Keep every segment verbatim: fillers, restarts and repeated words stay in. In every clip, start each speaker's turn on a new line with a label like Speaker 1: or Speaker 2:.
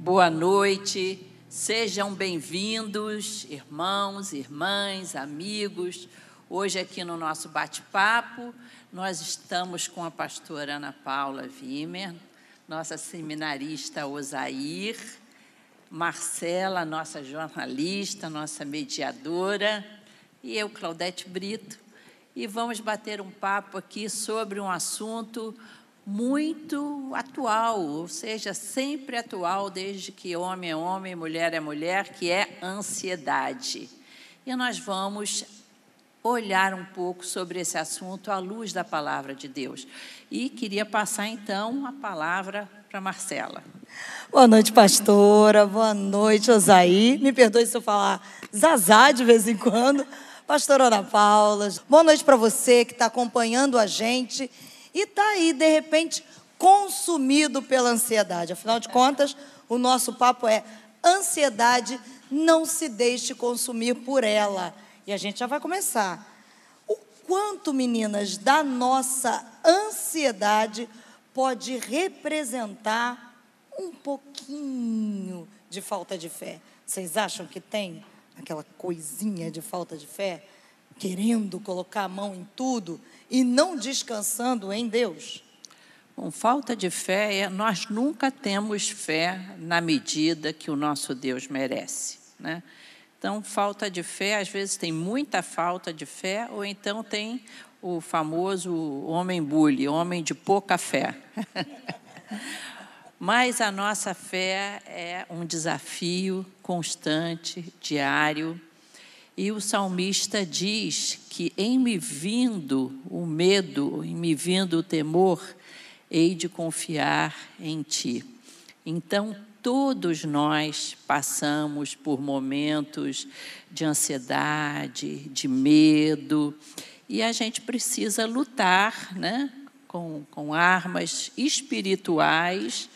Speaker 1: Boa noite, sejam bem-vindos, irmãos, irmãs, amigos. Hoje aqui no nosso bate-papo, nós estamos com a pastora Ana Paula Wimmer, nossa seminarista Osair, Marcela, nossa jornalista, nossa mediadora, e eu, Claudete Brito, e vamos bater um papo aqui sobre um assunto muito atual, ou seja, sempre atual, desde que homem é homem, mulher é mulher, que é ansiedade. E nós vamos olhar um pouco sobre esse assunto à luz da palavra de Deus. E queria passar, então, a palavra para Marcela.
Speaker 2: Boa noite, pastora. Boa noite, Osaí. Me perdoe se eu falar Zazá de vez em quando. Pastora Ana Paula. Boa noite para você que está acompanhando a gente e está aí, de repente, consumido pela ansiedade. Afinal de contas, o nosso papo é ansiedade, não se deixe consumir por ela. E a gente já vai começar. O quanto, meninas, da nossa ansiedade pode representar um pouquinho de falta de fé? Vocês acham que tem aquela coisinha de falta de fé? Querendo colocar a mão em tudo e não descansando em Deus?
Speaker 1: Bom, falta de fé é nós nunca temos fé na medida que o nosso Deus merece, né? Então, falta de fé, às vezes tem muita falta de fé, ou então tem o famoso homem bully, homem de pouca fé. Mas a nossa fé é um desafio constante, diário. E o salmista diz que em me vindo o medo, em me vindo o temor, hei de confiar em ti. Então, todos nós passamos por momentos de ansiedade, de medo, e a gente precisa lutar, né, com, com armas espirituais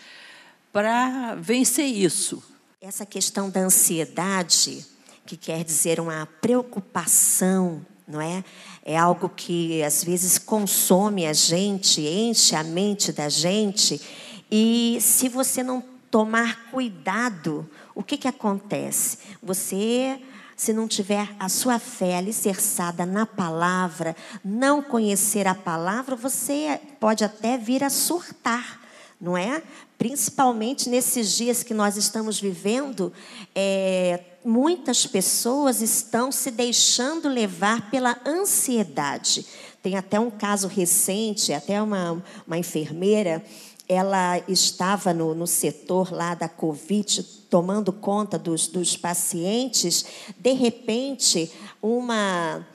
Speaker 1: para vencer isso.
Speaker 3: Essa questão da ansiedade, que quer dizer uma preocupação, não é? É algo que às vezes consome a gente, enche a mente da gente, e se você não tomar cuidado, o que que acontece? Você, se não tiver a sua fé alicerçada na palavra, não conhecer a palavra, você pode até vir a surtar, não é? Principalmente nesses dias que nós estamos vivendo, é, muitas pessoas estão se deixando levar pela ansiedade. Tem até um caso recente, até uma, uma enfermeira, ela estava no, no setor lá da Covid, tomando conta dos, dos pacientes. De repente, uma...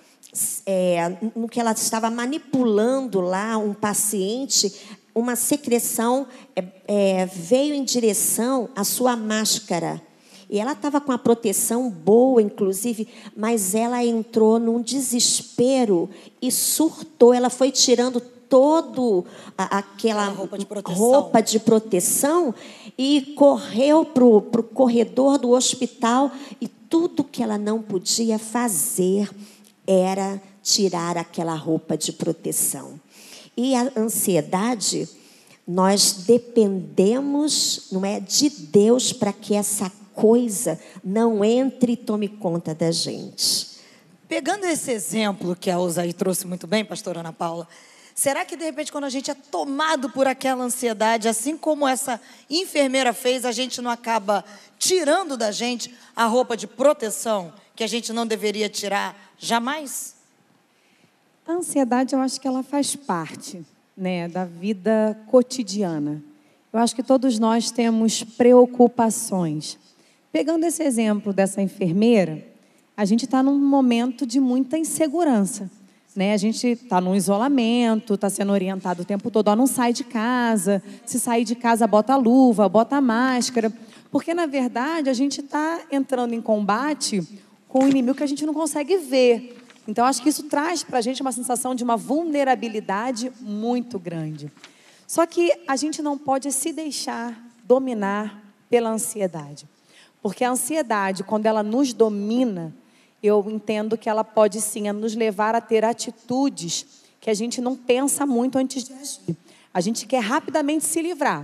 Speaker 3: É, no que ela estava manipulando lá um paciente, uma secreção é, é, veio em direção à sua máscara. E ela estava com a proteção boa, inclusive, mas ela entrou num desespero e surtou. Ela foi tirando todo a, aquela
Speaker 2: roupa de proteção,
Speaker 3: roupa de proteção e correu para o corredor do hospital. E tudo que ela não podia fazer era tirar aquela roupa de proteção. E a ansiedade, nós dependemos, não é, de Deus para que essa coisa não entre e tome conta da gente.
Speaker 2: Pegando esse exemplo que a Osaí trouxe muito bem, pastora Ana Paula, será que, de repente, quando a gente é tomado por aquela ansiedade, assim como essa enfermeira fez, a gente não acaba tirando da gente a roupa de proteção que a gente não deveria tirar jamais?
Speaker 4: A ansiedade, eu acho que ela faz parte, né, da vida cotidiana. Eu acho que todos nós temos preocupações. Pegando esse exemplo dessa enfermeira, a gente está num momento de muita insegurança, né? A gente está num isolamento, está sendo orientado o tempo todo, ó, não sai de casa, se sair de casa bota a luva, bota a máscara, porque na verdade a gente está entrando em combate com um inimigo que a gente não consegue ver. Então acho que isso traz para a gente uma sensação de uma vulnerabilidade muito grande. Só que a gente não pode se deixar dominar pela ansiedade, porque a ansiedade, quando ela nos domina, eu entendo que ela pode sim nos levar a ter atitudes que a gente não pensa muito antes de agir. A gente quer rapidamente se livrar,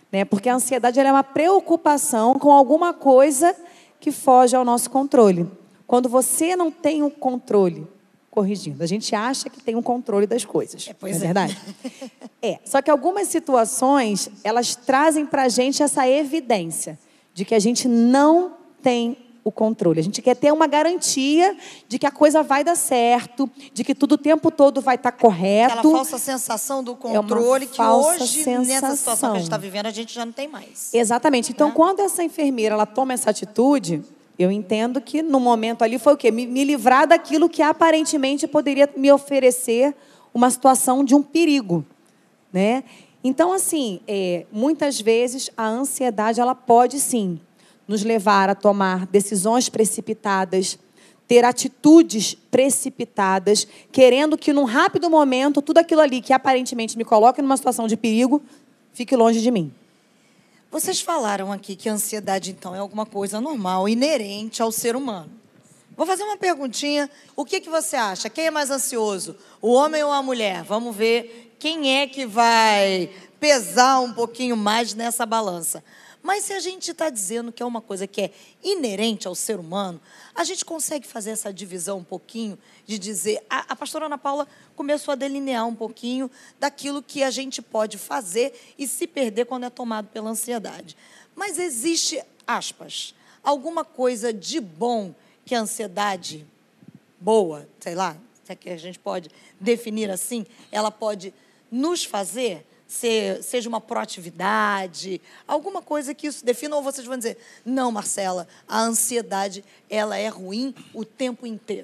Speaker 4: né? Porque a ansiedade ela é uma preocupação com alguma coisa que foge ao nosso controle. Quando você não tem o controle, corrigindo, a gente acha que tem o controle das coisas, é, pois não é, é verdade? É, só que algumas situações, elas trazem para a gente essa evidência de que a gente não tem o controle. A gente quer ter uma garantia de que a coisa vai dar certo, de que tudo o tempo todo vai estar correto.
Speaker 2: Aquela falsa sensação do controle, é que hoje, sensação. Nessa situação que a gente está vivendo, a gente já não tem mais.
Speaker 4: Exatamente. Então,
Speaker 2: é.
Speaker 4: quando essa enfermeira ela toma essa atitude, eu entendo que no momento ali foi o quê? Me, me livrar daquilo que aparentemente poderia me oferecer uma situação de um perigo, né? Então, assim, é, muitas vezes a ansiedade ela pode sim nos levar a tomar decisões precipitadas, ter atitudes precipitadas, querendo que num rápido momento tudo aquilo ali que aparentemente me coloca numa situação de perigo fique longe de mim.
Speaker 2: Vocês falaram aqui que a ansiedade, então, é alguma coisa normal, inerente ao ser humano. Vou fazer uma perguntinha. O que, que você acha? Quem é mais ansioso? O homem ou a mulher? Vamos ver quem é que vai pesar um pouquinho mais nessa balança. Mas se a gente está dizendo que é uma coisa que é inerente ao ser humano, a gente consegue fazer essa divisão um pouquinho de dizer... A, a pastora Ana Paula começou a delinear um pouquinho daquilo que a gente pode fazer e se perder quando é tomado pela ansiedade. Mas existe, aspas, alguma coisa de bom que a ansiedade boa, sei lá, se é que a gente pode definir assim, ela pode nos fazer... seja uma proatividade, alguma coisa que isso defina, ou vocês vão dizer, não, Marcela, a ansiedade ela é ruim o tempo inteiro?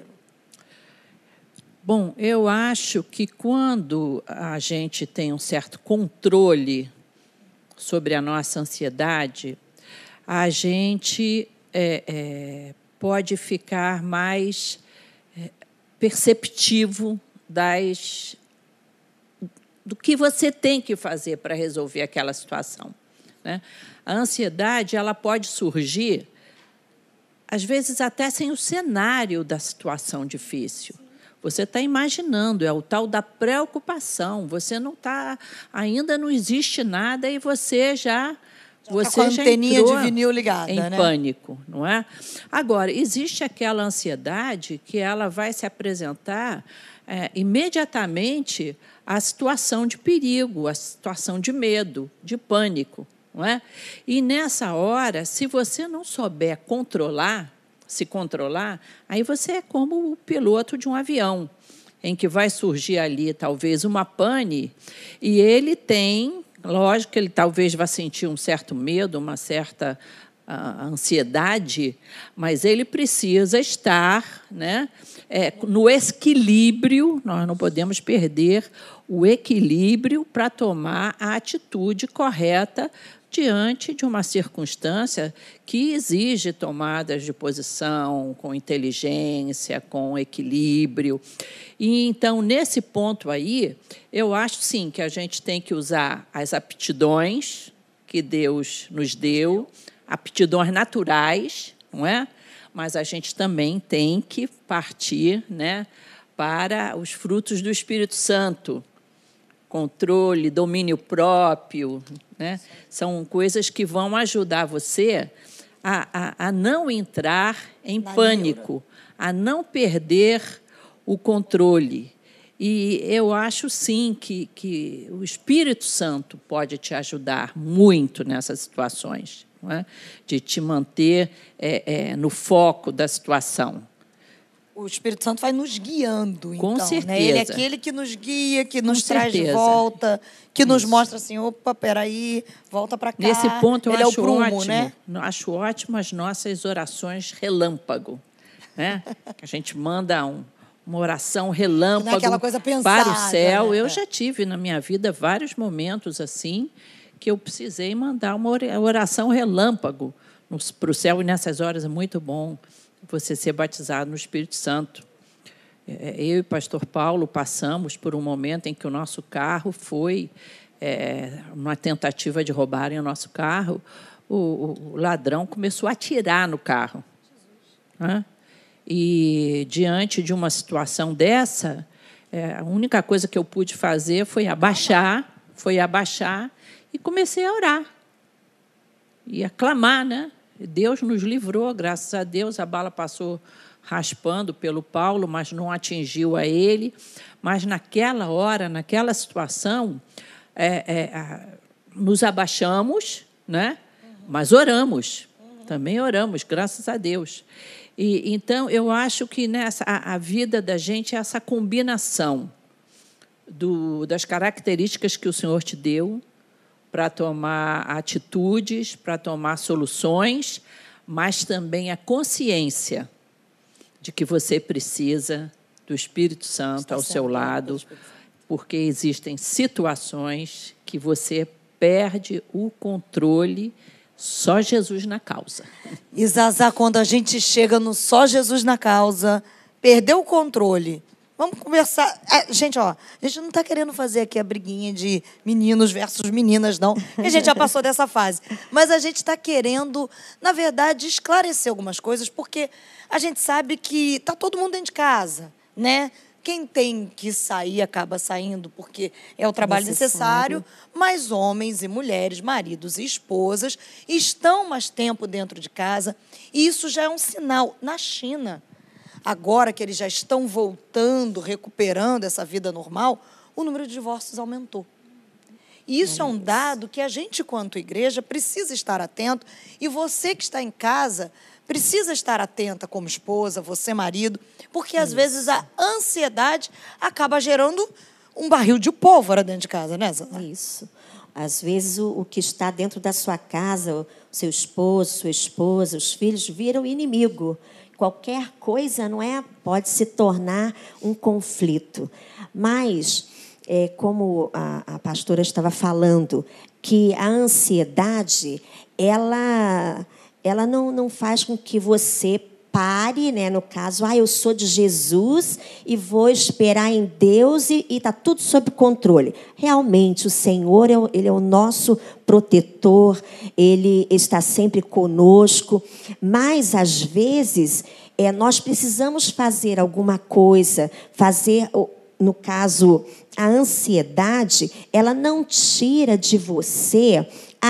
Speaker 1: Bom, eu acho que quando a gente tem um certo controle sobre a nossa ansiedade, a gente é, é, pode ficar mais é, perceptivo das... do que você tem que fazer para resolver aquela situação, né? A ansiedade ela pode surgir, às vezes, até sem o cenário da situação difícil. Você está imaginando, é o tal da preocupação. Você não está... Ainda não existe nada e você já...
Speaker 2: já
Speaker 1: você
Speaker 2: tá com a
Speaker 1: já
Speaker 2: anteninha
Speaker 1: entrou
Speaker 2: de vinil ligada,
Speaker 1: em
Speaker 2: né?
Speaker 1: pânico, não é? Agora, existe aquela ansiedade que ela vai se apresentar é, imediatamente a situação de perigo, a situação de medo, de pânico, não é? E, nessa hora, se você não souber controlar, se controlar, aí você é como o piloto de um avião, em que vai surgir ali, talvez, uma pane, e ele tem, lógico que ele talvez vá sentir um certo medo, uma certa uh, ansiedade, mas ele precisa estar, né, é, no equilíbrio, nós não podemos perder o equilíbrio para tomar a atitude correta diante de uma circunstância que exige tomadas de posição com inteligência, com equilíbrio. E, então, nesse ponto aí, eu acho, sim, que a gente tem que usar as aptidões que Deus nos deu, aptidões naturais, não é? Mas a gente também tem que partir, né, para os frutos do Espírito Santo. Controle, domínio próprio, né? São coisas que vão ajudar você a, a, a não entrar em Na pânico, neura. a não perder o controle. E eu acho, sim, que, que o Espírito Santo pode te ajudar muito nessas situações, não é? De te manter é, é, no foco da situação.
Speaker 2: O Espírito Santo vai nos guiando, então.
Speaker 1: Com certeza.
Speaker 2: Né? Ele é aquele que nos guia, que nos
Speaker 1: Com
Speaker 2: traz
Speaker 1: certeza.
Speaker 2: de volta, que nos
Speaker 1: Isso.
Speaker 2: mostra assim, opa, peraí, volta para cá.
Speaker 1: Nesse ponto, eu
Speaker 2: Ele
Speaker 1: acho
Speaker 2: é o prumo,
Speaker 1: ótimo.
Speaker 2: Né?
Speaker 1: Acho ótimo as nossas orações relâmpago, né? A gente manda um, uma oração relâmpago
Speaker 2: Não é aquela coisa pensada,
Speaker 1: para o céu.
Speaker 2: né?
Speaker 1: Eu já tive na minha vida vários momentos assim que eu precisei mandar uma oração relâmpago para o céu, e nessas horas é muito bom você ser batizado no Espírito Santo. Eu e o pastor Paulo passamos por um momento em que o nosso carro foi, é, uma tentativa de roubarem o nosso carro, o, o ladrão começou a atirar no carro. Né? E, diante de uma situação dessa, é, a única coisa que eu pude fazer foi abaixar, foi abaixar e comecei a orar. ia clamar, né? Deus nos livrou, graças a Deus. A bala passou raspando pelo Paulo, mas não atingiu a ele. Mas, naquela hora, naquela situação, é, é, a, nos abaixamos, né? Mas oramos. Também oramos, graças a Deus. E, então, eu acho que nessa, a, a vida da gente é essa combinação do, das características que o Senhor te deu para tomar atitudes, para tomar soluções, mas também a consciência de que você precisa do Espírito Santo ao seu lado, porque existem situações que você perde o controle. Só Jesus na causa.
Speaker 2: E, Zazá, quando a gente chega no só Jesus na causa, perdeu o controle. Vamos conversar. É, gente, ó, a gente não está querendo fazer aqui a briguinha de meninos versus meninas, não. A gente já passou dessa fase. Mas a gente está querendo, na verdade, esclarecer algumas coisas, porque a gente sabe que está todo mundo dentro de casa, né? Quem tem que sair acaba saindo porque é o trabalho necessário. necessário, mas homens e mulheres, maridos e esposas estão mais tempo dentro de casa e isso já é um sinal. Na China, agora que eles já estão voltando, recuperando essa vida normal, o número de divórcios aumentou. E isso é um dado que a gente, quanto igreja, precisa estar atento. E você que está em casa precisa estar atenta como esposa, você marido, porque às Isso. vezes a ansiedade acaba gerando um barril de pólvora dentro de casa, né, Zana?
Speaker 3: Isso. Às vezes o, o que está dentro da sua casa, o seu esposo, sua esposa, os filhos, viram inimigo. Qualquer coisa, não é? Pode se tornar um conflito. Mas, é, como a, a pastora estava falando, que a ansiedade, ela... ela não, não faz com que você pare, né? No caso, ah, eu sou de Jesus e vou esperar em Deus e está tudo sob controle. Realmente, o Senhor, é o, ele é o nosso protetor, Ele está sempre conosco, mas, às vezes, é, nós precisamos fazer alguma coisa, fazer, no caso, a ansiedade, ela não tira de você a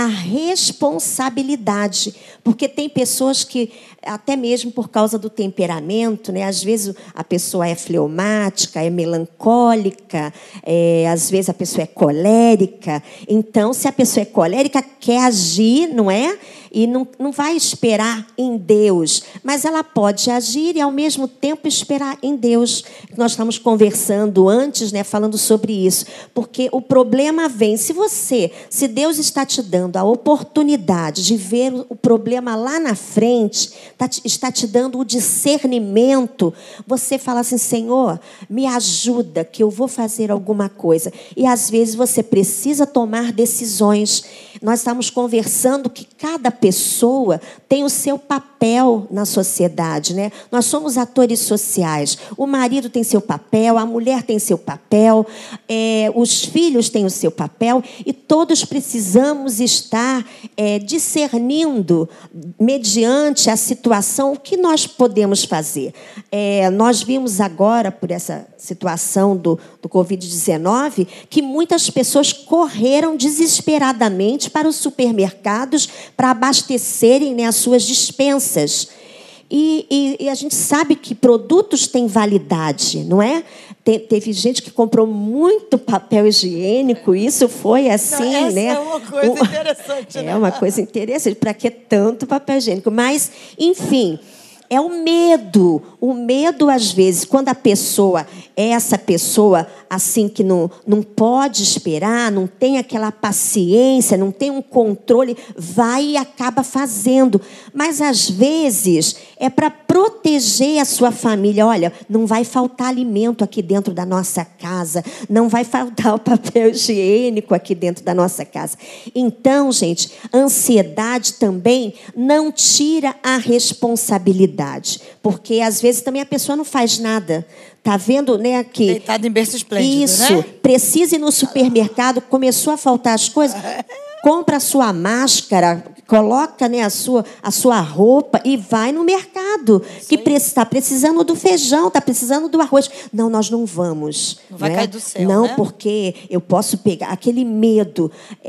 Speaker 3: responsabilidade, porque tem pessoas que, até mesmo por causa do temperamento, né, às vezes a pessoa é fleumática, é melancólica, é, às vezes a pessoa é colérica. Então, se a pessoa é colérica, quer agir, não é? E não, não vai esperar em Deus, mas ela pode agir e, ao mesmo tempo, esperar em Deus. Nós estamos conversando antes, né, falando sobre isso, porque o problema vem. Se você, se Deus está te dando a oportunidade de ver o problema lá na frente, tá, está te dando o discernimento, você fala assim, Senhor, me ajuda que eu vou fazer alguma coisa. E, às vezes, você precisa tomar decisões. Nós estamos conversando que cada pessoa tem o seu papel na sociedade, né? Nós somos atores sociais. O marido tem seu papel, a mulher tem seu papel, é, os filhos têm o seu papel e todos precisamos estar é, discernindo, mediante a situação, o que nós podemos fazer. É, nós vimos agora, por essa situação do, do covid dezenove, que muitas pessoas correram desesperadamente para os supermercados para abastecerem, né, as suas dispensas. E, e, e a gente sabe que produtos têm validade, não é? Te, teve gente que comprou muito papel higiênico, isso foi assim, não,
Speaker 2: essa
Speaker 3: né?
Speaker 2: É uma coisa interessante,
Speaker 3: é
Speaker 2: né?
Speaker 3: É uma coisa interessante. Para que tanto papel higiênico? Mas, enfim, é o medo. O medo, às vezes, quando a pessoa é essa pessoa assim que não, não pode esperar, não tem aquela paciência, não tem um controle, vai e acaba fazendo. Mas, às vezes, é para proteger a sua família. Olha, não vai faltar alimento aqui dentro da nossa casa, não vai faltar o papel higiênico aqui dentro da nossa casa. Então, gente, a ansiedade também não tira a responsabilidade, porque, às vezes, também a pessoa não faz nada. Está vendo, né, aqui?
Speaker 2: Deitado em berço esplêndido,
Speaker 3: isso,
Speaker 2: né?
Speaker 3: Precisa ir no supermercado, começou a faltar as coisas, compra a sua máscara, coloca, né, a, sua, a sua roupa e vai no mercado. Isso que está precisando do feijão, está precisando do arroz. Não, nós não vamos.
Speaker 2: Não vai
Speaker 3: né?
Speaker 2: cair do céu,
Speaker 3: Não,
Speaker 2: né?
Speaker 3: porque eu posso pegar aquele medo. É,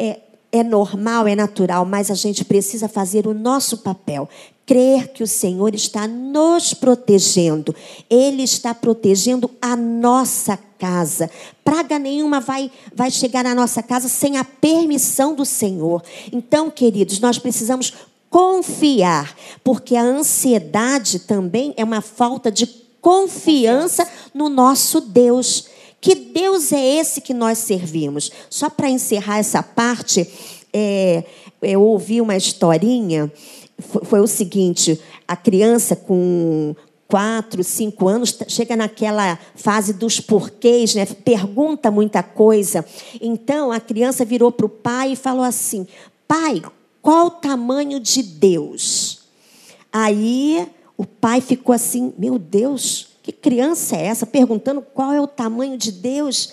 Speaker 3: é normal, é natural, mas a gente precisa fazer o nosso papel. Crer que o Senhor está nos protegendo. Ele está protegendo a nossa casa. Praga nenhuma vai, vai chegar na nossa casa sem a permissão do Senhor. Então, queridos, nós precisamos confiar, porque a ansiedade também é uma falta de confiança no nosso Deus. Que Deus é esse que nós servimos? Só para encerrar essa parte, é, eu ouvi uma historinha, foi, foi o seguinte, a criança com quatro, cinco anos, chega naquela fase dos porquês, né? Pergunta muita coisa. Então, a criança virou para o pai e falou assim, pai, qual o tamanho de Deus? Aí, o pai ficou assim, meu Deus, que criança é essa? Perguntando qual é o tamanho de Deus.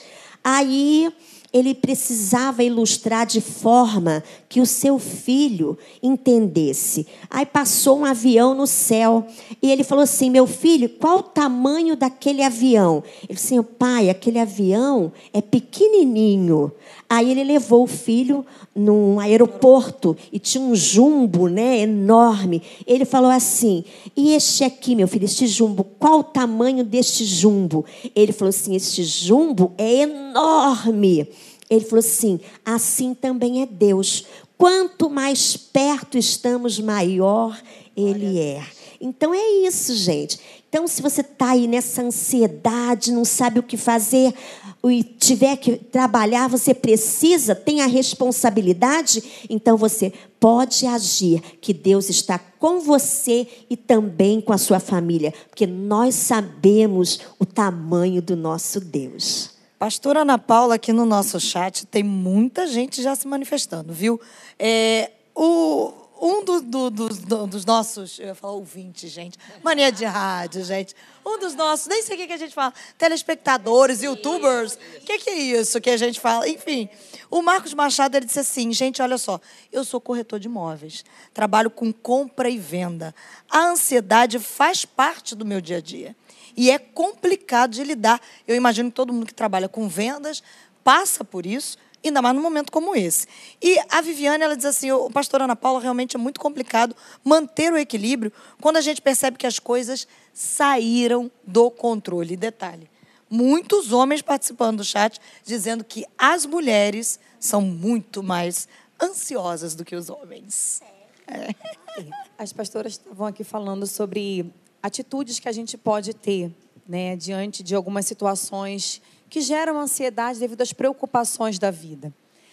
Speaker 3: Aí ele precisava ilustrar de forma que o seu filho entendesse. Aí passou um avião no céu e ele falou assim, meu filho, qual o tamanho daquele avião? Ele disse, pai, aquele avião é pequenininho. Aí ele levou o filho num aeroporto e tinha um jumbo, né, enorme. Ele falou assim, e este aqui, meu filho, este jumbo, qual o tamanho deste jumbo? Ele falou assim, este jumbo é enorme. Ele falou assim, assim também é Deus. Quanto mais perto estamos, maior Ele é. Então é isso, gente. Então, se você está aí nessa ansiedade, não sabe o que fazer, e tiver que trabalhar, você precisa, tem a responsabilidade, então você pode agir, que Deus está com você e também com a sua família, porque nós sabemos o tamanho do nosso Deus.
Speaker 2: Pastora Ana Paula, aqui no nosso chat, tem muita gente já se manifestando, viu? É, o... Um do, do, do, do, dos nossos, eu ia falar ouvintes, gente, mania de rádio, gente. Um dos nossos, nem sei o que a gente fala, telespectadores, youtubers, o que, que é isso que a gente fala? Enfim, o Marcos Machado, ele disse assim, gente, olha só, eu sou corretor de imóveis, trabalho com compra e venda. A ansiedade faz parte do meu dia a dia e é complicado de lidar. Eu imagino que todo mundo que trabalha com vendas passa por isso, ainda mais num momento como esse. E a Viviane, ela diz assim, o pastor Ana Paula, realmente é muito complicado manter o equilíbrio quando a gente percebe que as coisas saíram do controle. Detalhe, muitos homens participando do chat, dizendo que as mulheres são muito mais ansiosas do que os homens. É.
Speaker 4: As pastoras estavam aqui falando sobre atitudes que a gente pode ter, né, diante de algumas situações que geram ansiedade devido às preocupações da vida.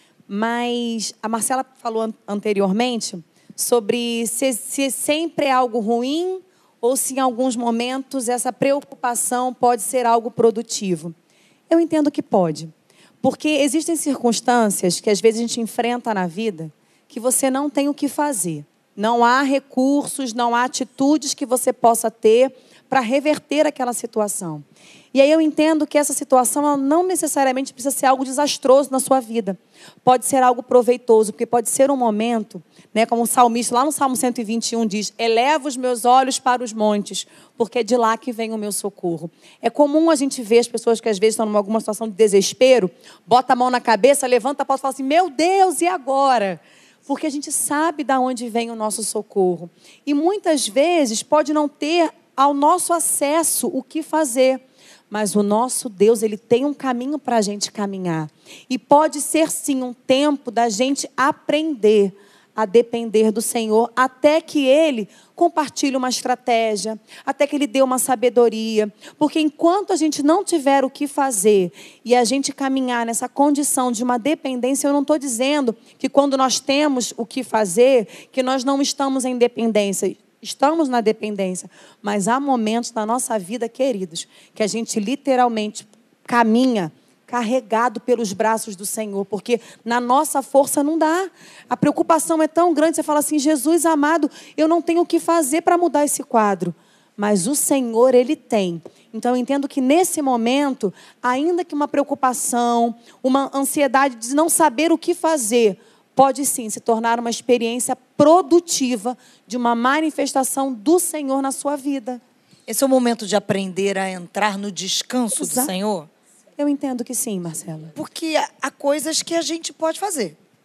Speaker 4: Mas a Marcela falou anteriormente sobre se, se sempre é algo ruim ou se em alguns momentos essa preocupação pode ser algo produtivo. Eu entendo que pode, porque existem circunstâncias que às vezes a gente enfrenta na vida que você não tem o que fazer. Não há recursos, não há atitudes que você possa ter para reverter aquela situação. E aí eu entendo que essa situação ela não necessariamente precisa ser algo desastroso na sua vida. Pode ser algo proveitoso, porque pode ser um momento, né, como o salmista, lá no Salmo cento e vinte e um diz, eleva os meus olhos para os montes, porque é de lá que vem o meu socorro. É comum a gente ver as pessoas que às vezes estão em alguma situação de desespero, bota a mão na cabeça, levanta a pauta e fala assim, meu Deus, e agora? Porque a gente sabe de onde vem o nosso socorro. E muitas vezes pode não ter ao nosso acesso o que fazer. Mas o nosso Deus, Ele tem um caminho para a gente caminhar. E pode ser, sim, um tempo da gente aprender a depender do Senhor, até que Ele compartilhe uma estratégia, até que Ele dê uma sabedoria. Porque enquanto a gente não tiver o que fazer e a gente caminhar nessa condição de uma dependência, eu não estou dizendo que quando nós temos o que fazer, que nós não estamos em dependência. Estamos na dependência, mas há momentos na nossa vida, queridos, que a gente literalmente caminha carregado pelos braços do Senhor, porque na nossa força não dá. A preocupação é tão grande, você fala assim, Jesus amado, eu não tenho o que fazer para mudar esse quadro, mas o Senhor, Ele tem. Então eu entendo que nesse momento, ainda que uma preocupação, uma ansiedade de não saber o que fazer, pode sim se tornar uma experiência produtiva de uma manifestação do Senhor na sua vida.
Speaker 2: Esse é o momento de aprender a entrar no descanso
Speaker 4: Exato.
Speaker 2: do Senhor?
Speaker 4: Eu entendo que sim, Marcela.
Speaker 2: Porque há coisas que a gente pode fazer.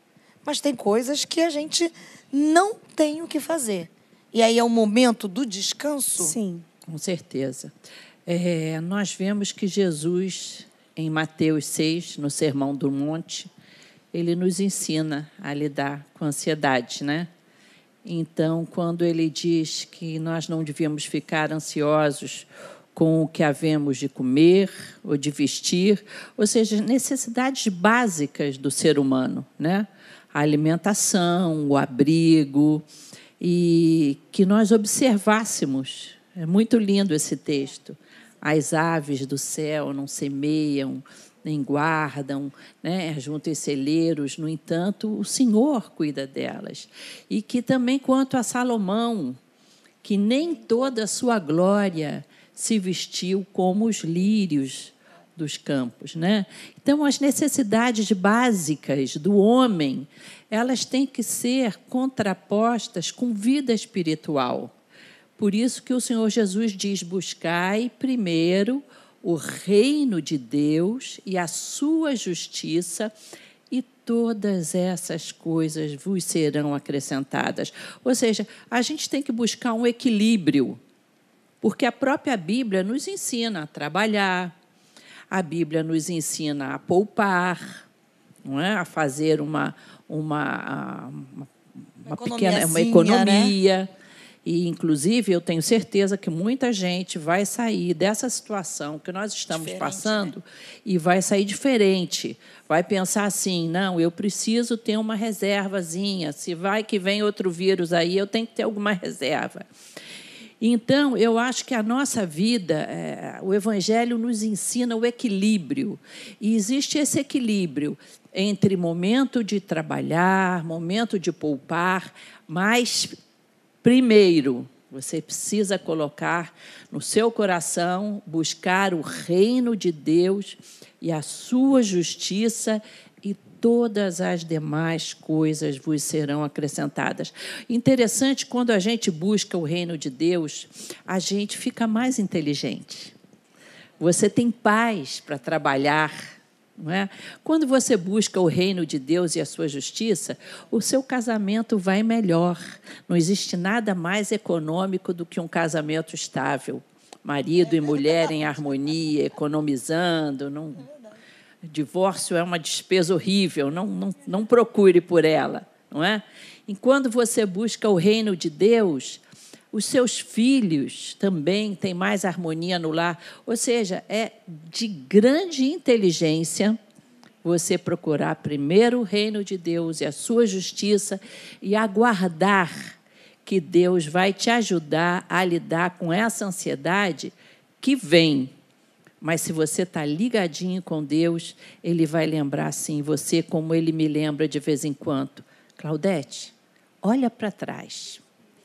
Speaker 2: mas tem coisas que a gente não tem o que fazer. E aí é o momento do descanso?
Speaker 4: Sim.
Speaker 1: Com certeza. É, nós vemos que Jesus, em Mateus seis, no Sermão do Monte, ele nos ensina a lidar com a ansiedade, né? Então, quando ele diz que nós não devíamos ficar ansiosos com o que havemos de comer ou de vestir, ou seja, necessidades básicas do ser humano, né? A alimentação, o abrigo, e que nós observássemos. É muito lindo esse texto. As aves do céu não semeiam, nem guardam, né, junto aos celeiros, no entanto, o Senhor cuida delas. E que também, quanto a Salomão, que nem toda a sua glória se vestiu como os lírios dos campos, né? Então, as necessidades básicas do homem, elas têm que ser contrapostas com vida espiritual. Por isso que o Senhor Jesus diz: buscai primeiro o reino de Deus e a sua justiça, e todas essas coisas vos serão acrescentadas. Ou seja, a gente tem que buscar um equilíbrio, porque a própria Bíblia nos ensina a trabalhar, a Bíblia nos ensina a poupar, não é? A fazer uma, uma, uma, uma pequena uma economia. Né? E, inclusive, eu tenho certeza que muita gente vai sair dessa situação que nós estamos diferente, passando, né? E vai sair diferente. Vai pensar assim: não, eu preciso ter uma reservazinha. Se vai que vem outro vírus aí, eu tenho que ter alguma reserva. Então, eu acho que a nossa vida, é, o Evangelho nos ensina o equilíbrio. E existe esse equilíbrio entre momento de trabalhar, momento de poupar, mas... Primeiro, você precisa colocar no seu coração, buscar o reino de Deus e a sua justiça, e todas as demais coisas vos serão acrescentadas. Interessante, quando a gente busca o reino de Deus, a gente fica mais inteligente. Você tem paz para trabalhar. Não é? Quando você busca o reino de Deus e a sua justiça, o seu casamento vai melhor. Não existe nada mais econômico do que um casamento estável. Marido e mulher em harmonia, economizando. Não... Divórcio é uma despesa horrível, não, não, não procure por ela. Não é? E quando você busca o reino de Deus, os seus filhos também têm mais harmonia no lar. Ou seja, é de grande inteligência você procurar primeiro o reino de Deus e a sua justiça e aguardar que Deus vai te ajudar a lidar com essa ansiedade que vem. Mas se você está ligadinho com Deus, Ele vai lembrar, sim, você como Ele me lembra de vez em quando. Claudete, olha para trás.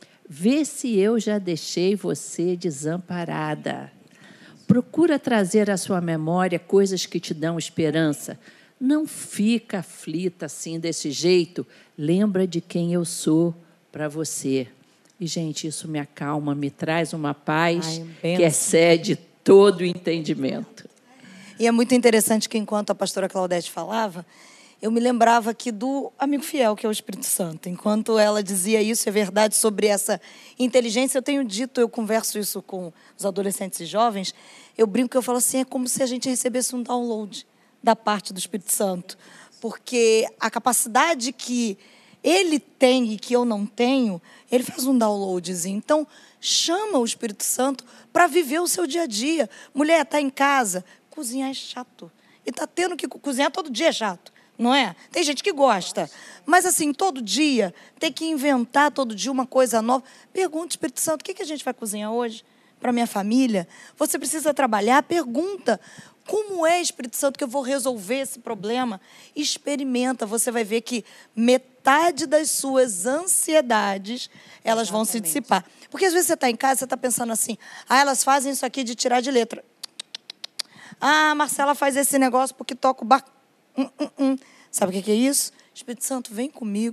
Speaker 1: Vê se eu já deixei você desamparada. Procura trazer à sua memória coisas que te dão esperança. Não fica aflita assim, desse jeito. Lembra de quem eu sou para você. E, gente, isso me acalma, me traz uma paz Ai, que excede todo o entendimento.
Speaker 2: E é muito interessante que, enquanto a pastora Claudete falava, eu me lembrava aqui do amigo fiel, que é o Espírito Santo. Enquanto ela dizia isso, é verdade, sobre essa inteligência, eu tenho dito, eu converso isso com os adolescentes e jovens, eu brinco, eu falo assim, é como se a gente recebesse um download da parte do Espírito Santo. Porque a capacidade que ele tem e que eu não tenho, ele faz um downloadzinho. Então, chama o Espírito Santo para viver o seu dia a dia. Mulher, está em casa, cozinhar é chato. E está tendo que cozinhar todo dia é chato. Não é? Tem gente que gosta. Mas, assim, todo dia, tem que inventar todo dia uma coisa nova. Pergunta, Espírito Santo, o que a gente vai cozinhar hoje para minha família? Você precisa trabalhar? Pergunta, como é, Espírito Santo, que eu vou resolver esse problema? Experimenta, você vai ver que metade das suas ansiedades, elas Exatamente. Vão se dissipar. Porque, às vezes, você está em casa, você está pensando assim, ah, elas fazem isso aqui de tirar de letra. Ah, a Marcela faz esse negócio porque toca o barco. Hum, hum, hum. Sabe o que é isso? Espírito Santo, vem comigo.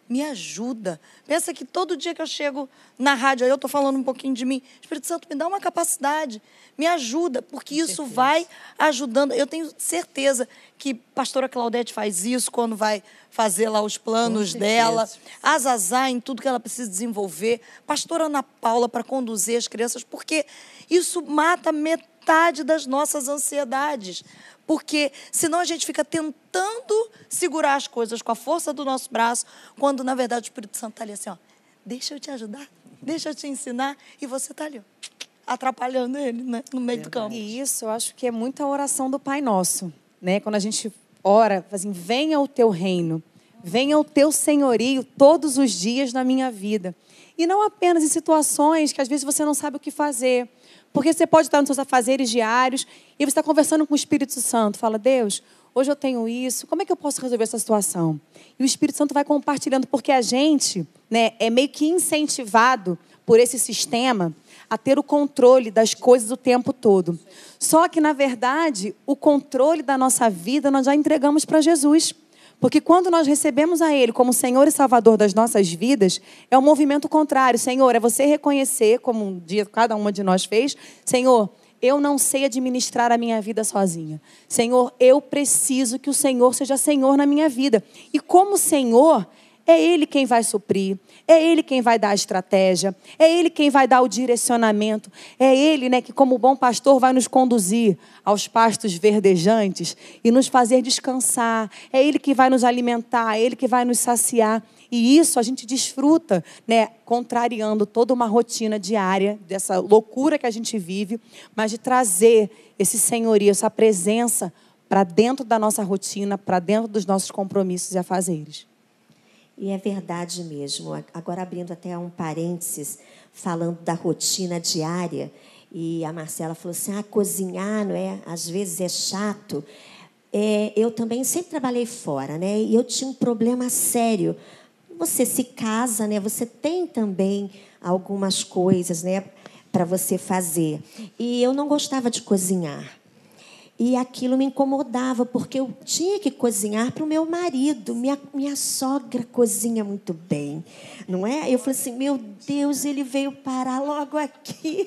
Speaker 2: me ajuda. Pensa que todo dia que eu chego na rádio, aí eu estou falando um pouquinho de mim, Espírito Santo, me dá uma capacidade, me ajuda, porque
Speaker 1: Com
Speaker 2: isso
Speaker 1: certeza.
Speaker 2: vai ajudando. Eu tenho certeza que a pastora Claudete faz isso quando vai fazer lá os planos
Speaker 1: Com
Speaker 2: dela,
Speaker 1: certeza.
Speaker 2: a Zazá em tudo que ela precisa desenvolver, pastora Ana Paula para conduzir as crianças, porque isso mata metade das nossas ansiedades. Porque senão a gente fica tentando segurar as coisas com a força do nosso braço, quando, na verdade, o Espírito Santo está ali assim, ó, deixa eu te ajudar, deixa eu te ensinar, e você está ali, ó, atrapalhando ele, né, no meio do campo.
Speaker 4: E isso eu acho que é muita oração do Pai Nosso, né? Quando a gente ora, assim, venha o teu reino, venha o teu senhorio todos os dias na minha vida. E não apenas em situações que às vezes você não sabe o que fazer. Porque você pode estar nos seus afazeres diários e você está conversando com o Espírito Santo. Fala, Deus, hoje eu tenho isso, como é que eu posso resolver essa situação? E o Espírito Santo vai compartilhando, porque a gente, né, é meio que incentivado por esse sistema a ter o controle das coisas o tempo todo. Só que, na verdade, o controle da nossa vida nós já entregamos para Jesus. Porque quando nós recebemos a Ele como Senhor e Salvador das nossas vidas, é um movimento contrário. Senhor, é você reconhecer, como um dia cada uma de nós fez, Senhor, eu não sei administrar a minha vida sozinha. Senhor, eu preciso que o Senhor seja Senhor na minha vida. E como Senhor, é Ele quem vai suprir, é Ele quem vai dar a estratégia, é Ele quem vai dar o direcionamento, é Ele, né, que como bom pastor vai nos conduzir aos pastos verdejantes e nos fazer descansar, é Ele que vai nos alimentar, é Ele que vai nos saciar. E isso a gente desfruta, né, contrariando toda uma rotina diária, dessa loucura que a gente vive, mas de trazer esse senhorio, essa presença para dentro da nossa rotina, para dentro dos nossos compromissos e afazeres.
Speaker 3: E é verdade mesmo. Agora, abrindo até um parênteses, falando da rotina diária, e a Marcela falou assim, ah, cozinhar, não é? Às vezes é chato. É, eu também sempre trabalhei fora, né? E eu tinha um problema sério. Você se casa, né? Você tem também algumas coisas, né, para você fazer. E eu não gostava de cozinhar. E aquilo me incomodava, porque eu tinha que cozinhar para o meu marido. Minha, minha sogra cozinha muito bem, não é? Eu falei assim, meu Deus, ele veio parar logo aqui.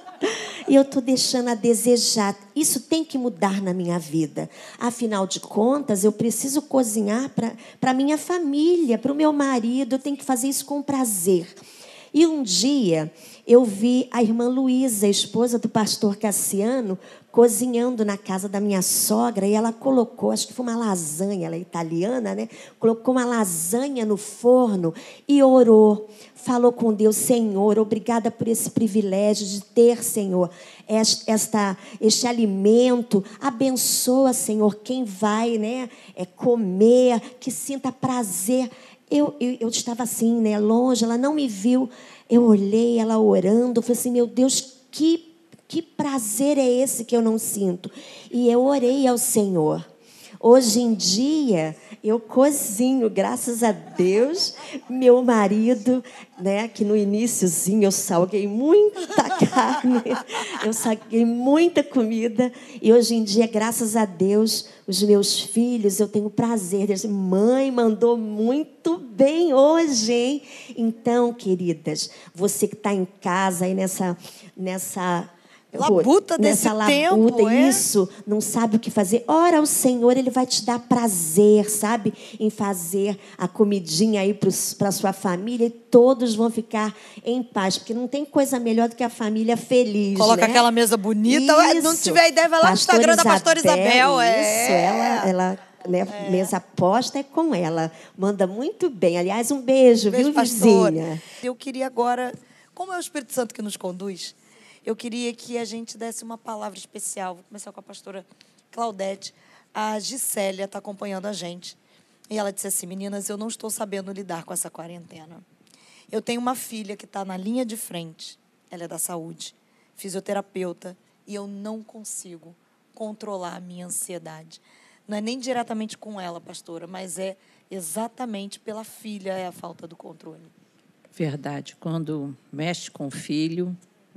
Speaker 3: E eu estou deixando a desejar. Isso tem que mudar na minha vida. Afinal de contas, eu preciso cozinhar para a minha família, para o meu marido. Eu tenho que fazer isso com prazer. E um dia eu vi a irmã Luísa, esposa do pastor Cassiano, cozinhando na casa da minha sogra, e ela colocou, acho que foi uma lasanha, ela é italiana, né? Colocou uma lasanha no forno e orou. Falou com Deus, Senhor, obrigada por esse privilégio de ter, Senhor, esta, este alimento. Abençoa, Senhor, quem vai, né, é, comer, que sinta prazer. Eu, eu, eu estava assim, né, longe, ela não me viu. Eu olhei ela orando, falei assim, meu Deus, que, que prazer é esse que eu não sinto? E eu orei ao Senhor. Hoje em dia, eu cozinho, graças a Deus. Meu marido, né, que no iniciozinho eu salguei muita carne, eu salguei muita comida. E hoje em dia, graças a Deus, os meus filhos, eu tenho prazer de dizer, mãe, mandou muito bem hoje, hein? Então, queridas, você que está em casa aí nessa... nessa
Speaker 2: Labuta desse
Speaker 3: nessa
Speaker 2: tempo,
Speaker 3: labuta,
Speaker 2: é?
Speaker 3: isso, não sabe o que fazer. Ora, o Senhor, Ele vai te dar prazer, sabe? Em fazer a comidinha aí para a sua família e todos vão ficar em paz. Porque não tem coisa melhor do que a família feliz,
Speaker 2: Coloca
Speaker 3: né?
Speaker 2: aquela mesa bonita.
Speaker 3: Isso.
Speaker 2: Não tiver ideia, vai lá no Instagram da pastora Isabel.
Speaker 3: Isso,
Speaker 2: é.
Speaker 3: ela... ela né, é. Mesa posta é com ela. Manda muito bem. Aliás, um beijo,
Speaker 2: beijo,
Speaker 3: viu,
Speaker 2: pastora.
Speaker 3: vizinha?
Speaker 2: Eu queria agora, como é o Espírito Santo que nos conduz, eu queria que a gente desse uma palavra especial. Vou começar com a pastora Claudete. A Gisélia está acompanhando a gente. E ela disse assim, meninas, eu não estou sabendo lidar com essa quarentena. Eu tenho uma filha que está na linha de frente. Ela é da saúde, fisioterapeuta, e eu não consigo controlar a minha ansiedade. Não é nem diretamente com ela, pastora, mas é exatamente pela filha, é a falta do controle.
Speaker 1: Verdade. Quando mexe com o filho,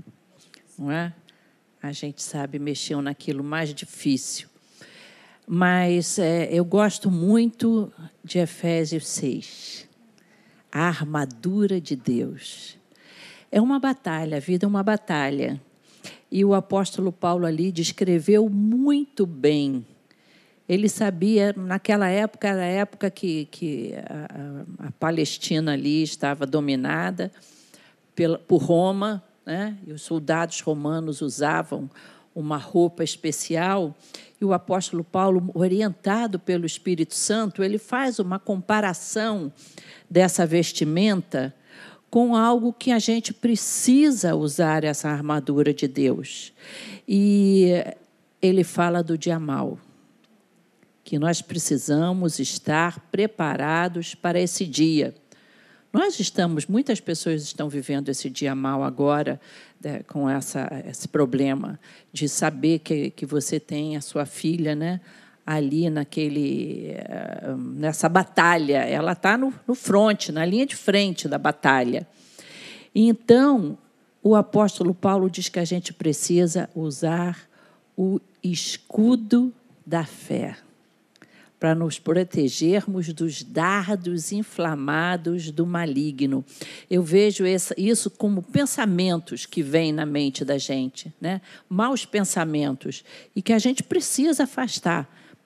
Speaker 1: não é? A gente sabe mexer naquilo mais difícil. Mas é, eu gosto muito de Efésios seis. a armadura de Deus. É uma batalha, a vida é uma batalha. E o apóstolo Paulo ali descreveu muito bem. Ele sabia, naquela época, era a época que, que a, a Palestina ali estava dominada pela, por Roma, né? E os soldados romanos usavam uma roupa especial, e o apóstolo Paulo, orientado pelo Espírito Santo, ele faz uma comparação dessa vestimenta com algo que a gente precisa usar, essa armadura de Deus. E ele fala do dia mau, que nós precisamos estar preparados para esse dia. Nós estamos, muitas pessoas estão vivendo esse dia mau agora, né, com essa, esse problema de saber que, que você tem a sua filha, né, ali naquele, nessa batalha. Ela está no, no fronte, na linha de frente da batalha. Então, o apóstolo Paulo diz que a gente precisa usar o escudo da fé para nos protegermos dos dardos inflamados do maligno. Eu vejo isso como pensamentos que vêm na mente da gente, né? Maus pensamentos, e que a gente precisa afastar.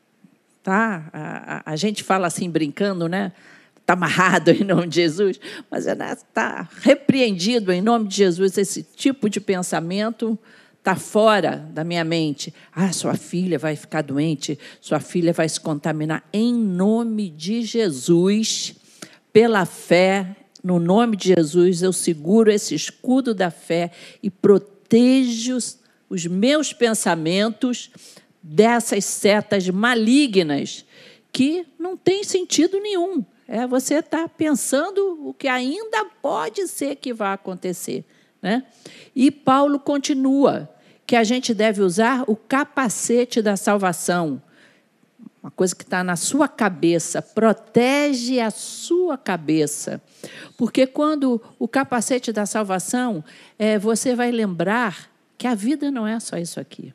Speaker 1: Tá? A, a, a gente fala assim, brincando, né? Está amarrado em nome de Jesus, mas está repreendido em nome de Jesus. Esse tipo de pensamento está fora da minha mente. Ah, sua filha vai ficar doente, sua filha vai se contaminar. Em nome de Jesus, pela fé, no nome de Jesus, eu seguro esse escudo da fé e protejo os meus pensamentos dessas setas malignas que não tem sentido nenhum. É, você está pensando o que ainda pode ser que vai acontecer, né? E Paulo continua que a gente deve usar o capacete da salvação, uma coisa que está na sua cabeça, protege a sua cabeça. Porque quando o capacete da salvação, é, você vai lembrar que a vida não é só isso aqui.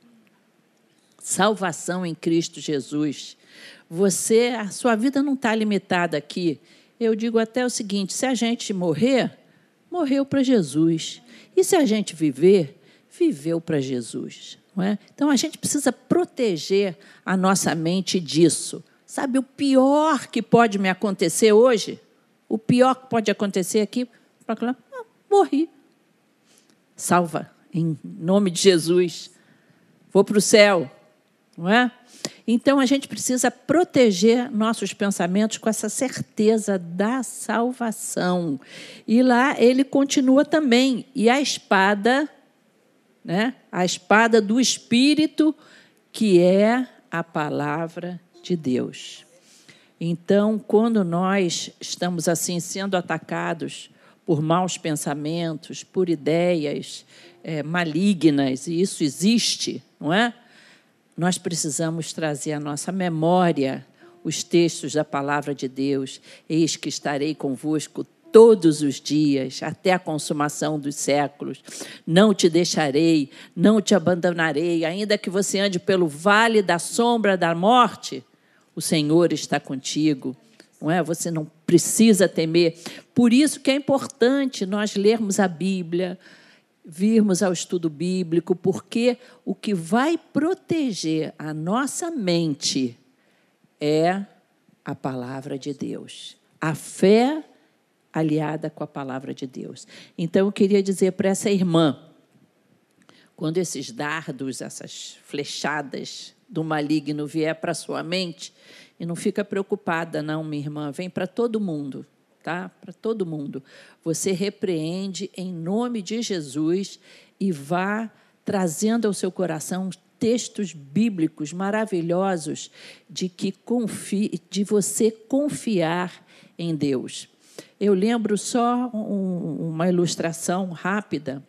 Speaker 1: Salvação em Cristo Jesus. Você, a sua vida não está limitada aqui. Eu digo até o seguinte, se a gente morrer, morreu para Jesus. E se a gente viver, viveu para Jesus. Não é? Então, a gente precisa proteger a nossa mente disso. Sabe, o pior que pode me acontecer hoje, o pior que pode acontecer aqui, ah, morri. Salva, em nome de Jesus. Vou para o céu. Não é? Então, a gente precisa proteger nossos pensamentos com essa certeza da salvação. E lá ele continua também. E a espada, né? A espada do Espírito, que é a palavra de Deus. Então, quando nós estamos assim sendo atacados por maus pensamentos, por ideias é, malignas, e isso existe, não é? Nós precisamos trazer à nossa memória os textos da palavra de Deus. Eis que estarei convosco todos os dias, até a consumação dos séculos. Não te deixarei, não te abandonarei. Ainda que você ande pelo vale da sombra da morte, o Senhor está contigo. Não é? Você não precisa temer. Por isso que é importante nós lermos a Bíblia, virmos ao estudo bíblico, porque o que vai proteger a nossa mente é a palavra de Deus. A fé aliada com a palavra de Deus. Então, eu queria dizer para essa irmã, quando esses dardos, essas flechadas do maligno vier para a sua mente, e não fica preocupada, não, minha irmã, vem para todo mundo. Tá? Para todo mundo. Você repreende em nome de Jesus e vá trazendo ao seu coração textos bíblicos maravilhosos de, que confie, de você confiar em Deus. Eu lembro só um, uma ilustração rápida.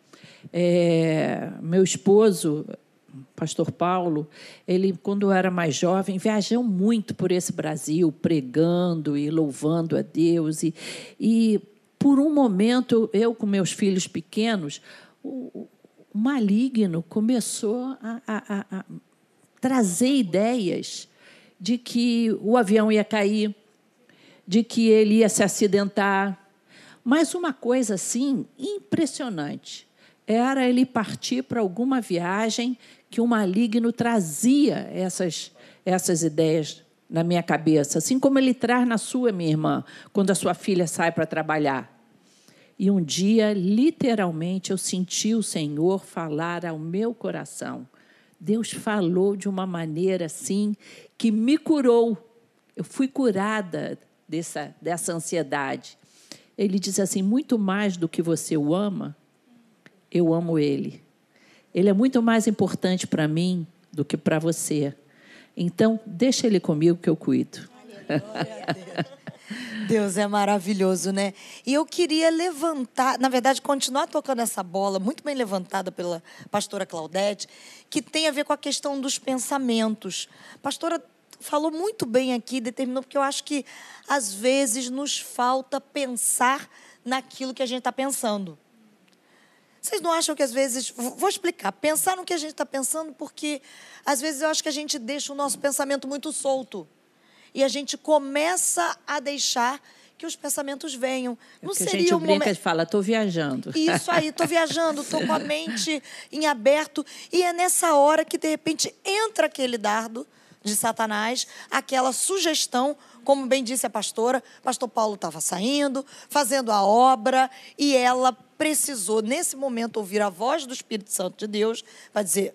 Speaker 1: É, meu esposo, pastor Paulo, ele, quando era mais jovem, viajou muito por esse Brasil, pregando e louvando a Deus. E, e por um momento, eu com meus filhos pequenos, o, o maligno começou a, a, a trazer ideias de que o avião ia cair, de que ele ia se acidentar, Mas uma coisa, assim, impressionante, era ele partir para alguma viagem que o maligno trazia essas, essas ideias na minha cabeça, assim como ele traz na sua, minha irmã, quando a sua filha sai para trabalhar. E um dia, literalmente, eu senti o Senhor falar ao meu coração. Deus falou de uma maneira assim que me curou. Eu fui curada dessa, dessa ansiedade. Ele diz assim, muito mais do que você o ama, eu amo ele. Ele é muito mais importante para mim do que para você. Então, deixa ele comigo que eu cuido.
Speaker 2: Glória a Deus. Deus é maravilhoso, né? E eu queria levantar, na verdade, continuar tocando essa bola, muito bem levantada pela pastora Claudete, que tem a ver com a questão dos pensamentos. A pastora falou muito bem aqui, determinou, porque eu acho que, às vezes, nos falta pensar naquilo que a gente está pensando. Vocês não acham que, às vezes... Vou explicar. Pensar no que a gente está pensando, porque, às vezes, eu acho que a gente deixa o nosso pensamento muito solto. E a gente começa a deixar que os pensamentos venham. Não
Speaker 1: é que
Speaker 2: seria
Speaker 1: a gente
Speaker 2: o
Speaker 1: brinca
Speaker 2: momento...
Speaker 1: e fala, estou viajando.
Speaker 2: Isso aí, estou viajando, estou com a mente em aberto. E é nessa hora que, de repente, entra aquele dardo de Satanás, aquela sugestão, como bem disse a pastora, pastor Paulo estava saindo, fazendo a obra, e ela precisou, nesse momento, ouvir a voz do Espírito Santo de Deus, para dizer,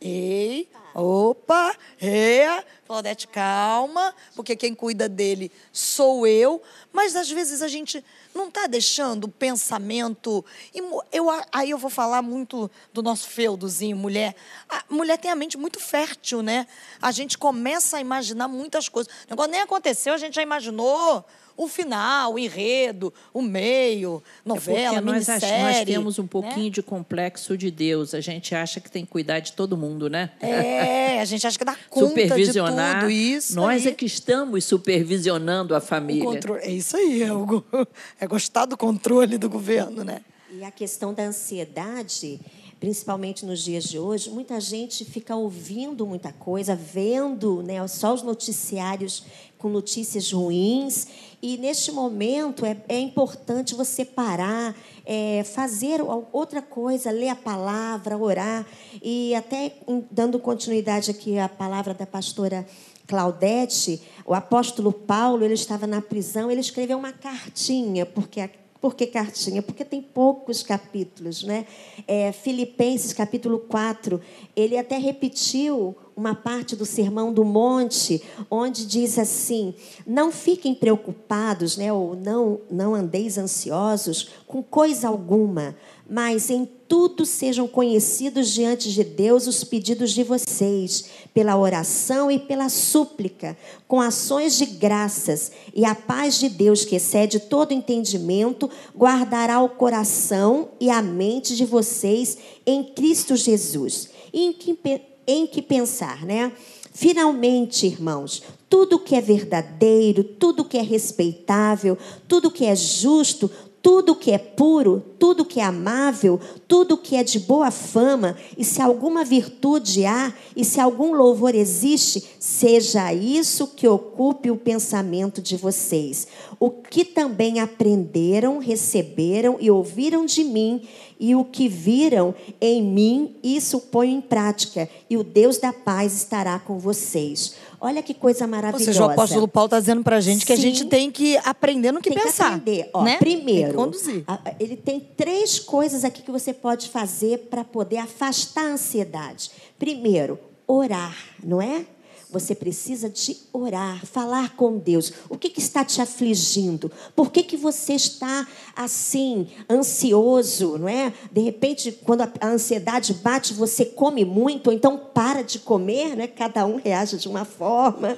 Speaker 2: ei, opa, é, Claudete, calma, porque quem cuida dele sou eu. Mas, às vezes, a gente não está deixando o pensamento... Eu, aí eu vou falar muito do nosso feudozinho, mulher. A mulher tem a mente muito fértil, né? A gente começa a imaginar muitas coisas. O negócio nem aconteceu, a gente já imaginou o final, o enredo, o meio, novela,
Speaker 1: é nós
Speaker 2: minissérie.
Speaker 1: Nós temos um pouquinho,
Speaker 2: né,
Speaker 1: de complexo de Deus. A gente acha que tem que cuidar de todo mundo, né?
Speaker 2: É, a gente acha que dá conta
Speaker 1: supervisionar,
Speaker 2: de tudo isso.
Speaker 1: Nós
Speaker 2: aí.
Speaker 1: é que estamos supervisionando a família.
Speaker 2: O controle, é isso aí, é, o, é gostar do controle do governo, né?
Speaker 3: E a questão da ansiedade, principalmente nos dias de hoje, muita gente fica ouvindo muita coisa, vendo, né, só os noticiários com notícias ruins. E, neste momento, é, é importante você parar, é, fazer outra coisa, ler a palavra, orar. E, até dando continuidade aqui à palavra da pastora Claudete, o apóstolo Paulo, ele estava na prisão, ele escreveu uma cartinha, porque a Por que cartinha? Porque tem poucos capítulos, né? É, Filipenses, capítulo quatro, ele até repetiu uma parte do Sermão do Monte, onde diz assim, não fiquem preocupados, né? Ou não, não andeis ansiosos com coisa alguma, mas em tudo sejam conhecidos diante de Deus os pedidos de vocês, pela oração e pela súplica, com ações de graças, e a paz de Deus, que excede todo entendimento, guardará o coração e a mente de vocês em Cristo Jesus. E em que, em que pensar, né? Finalmente, irmãos, tudo que é verdadeiro, tudo que é respeitável, tudo que é justo, tudo que é puro, tudo que é amável, tudo que é de boa fama, e se alguma virtude há, e se algum louvor existe, seja isso que ocupe o pensamento de vocês. O que também aprenderam, receberam e ouviram de mim, e o que viram em mim, isso ponho em prática, e o Deus da paz estará com vocês. Olha que coisa maravilhosa.
Speaker 2: Ou seja, o apóstolo Paulo está dizendo para a gente que a
Speaker 3: Sim,
Speaker 2: gente tem que aprender no que
Speaker 3: tem
Speaker 2: pensar.
Speaker 3: Que aprender. Ó,
Speaker 2: né?
Speaker 3: Primeiro,
Speaker 2: tem que conduzir.
Speaker 3: ele tem três coisas aqui que você pode fazer para poder afastar a ansiedade. Primeiro, orar, não é? Você precisa de orar, falar com Deus. O que, que está te afligindo? Por que, que você está assim, ansioso, não é? De repente, quando a ansiedade bate, você come muito, ou então para de comer, né? Cada um reage de uma forma.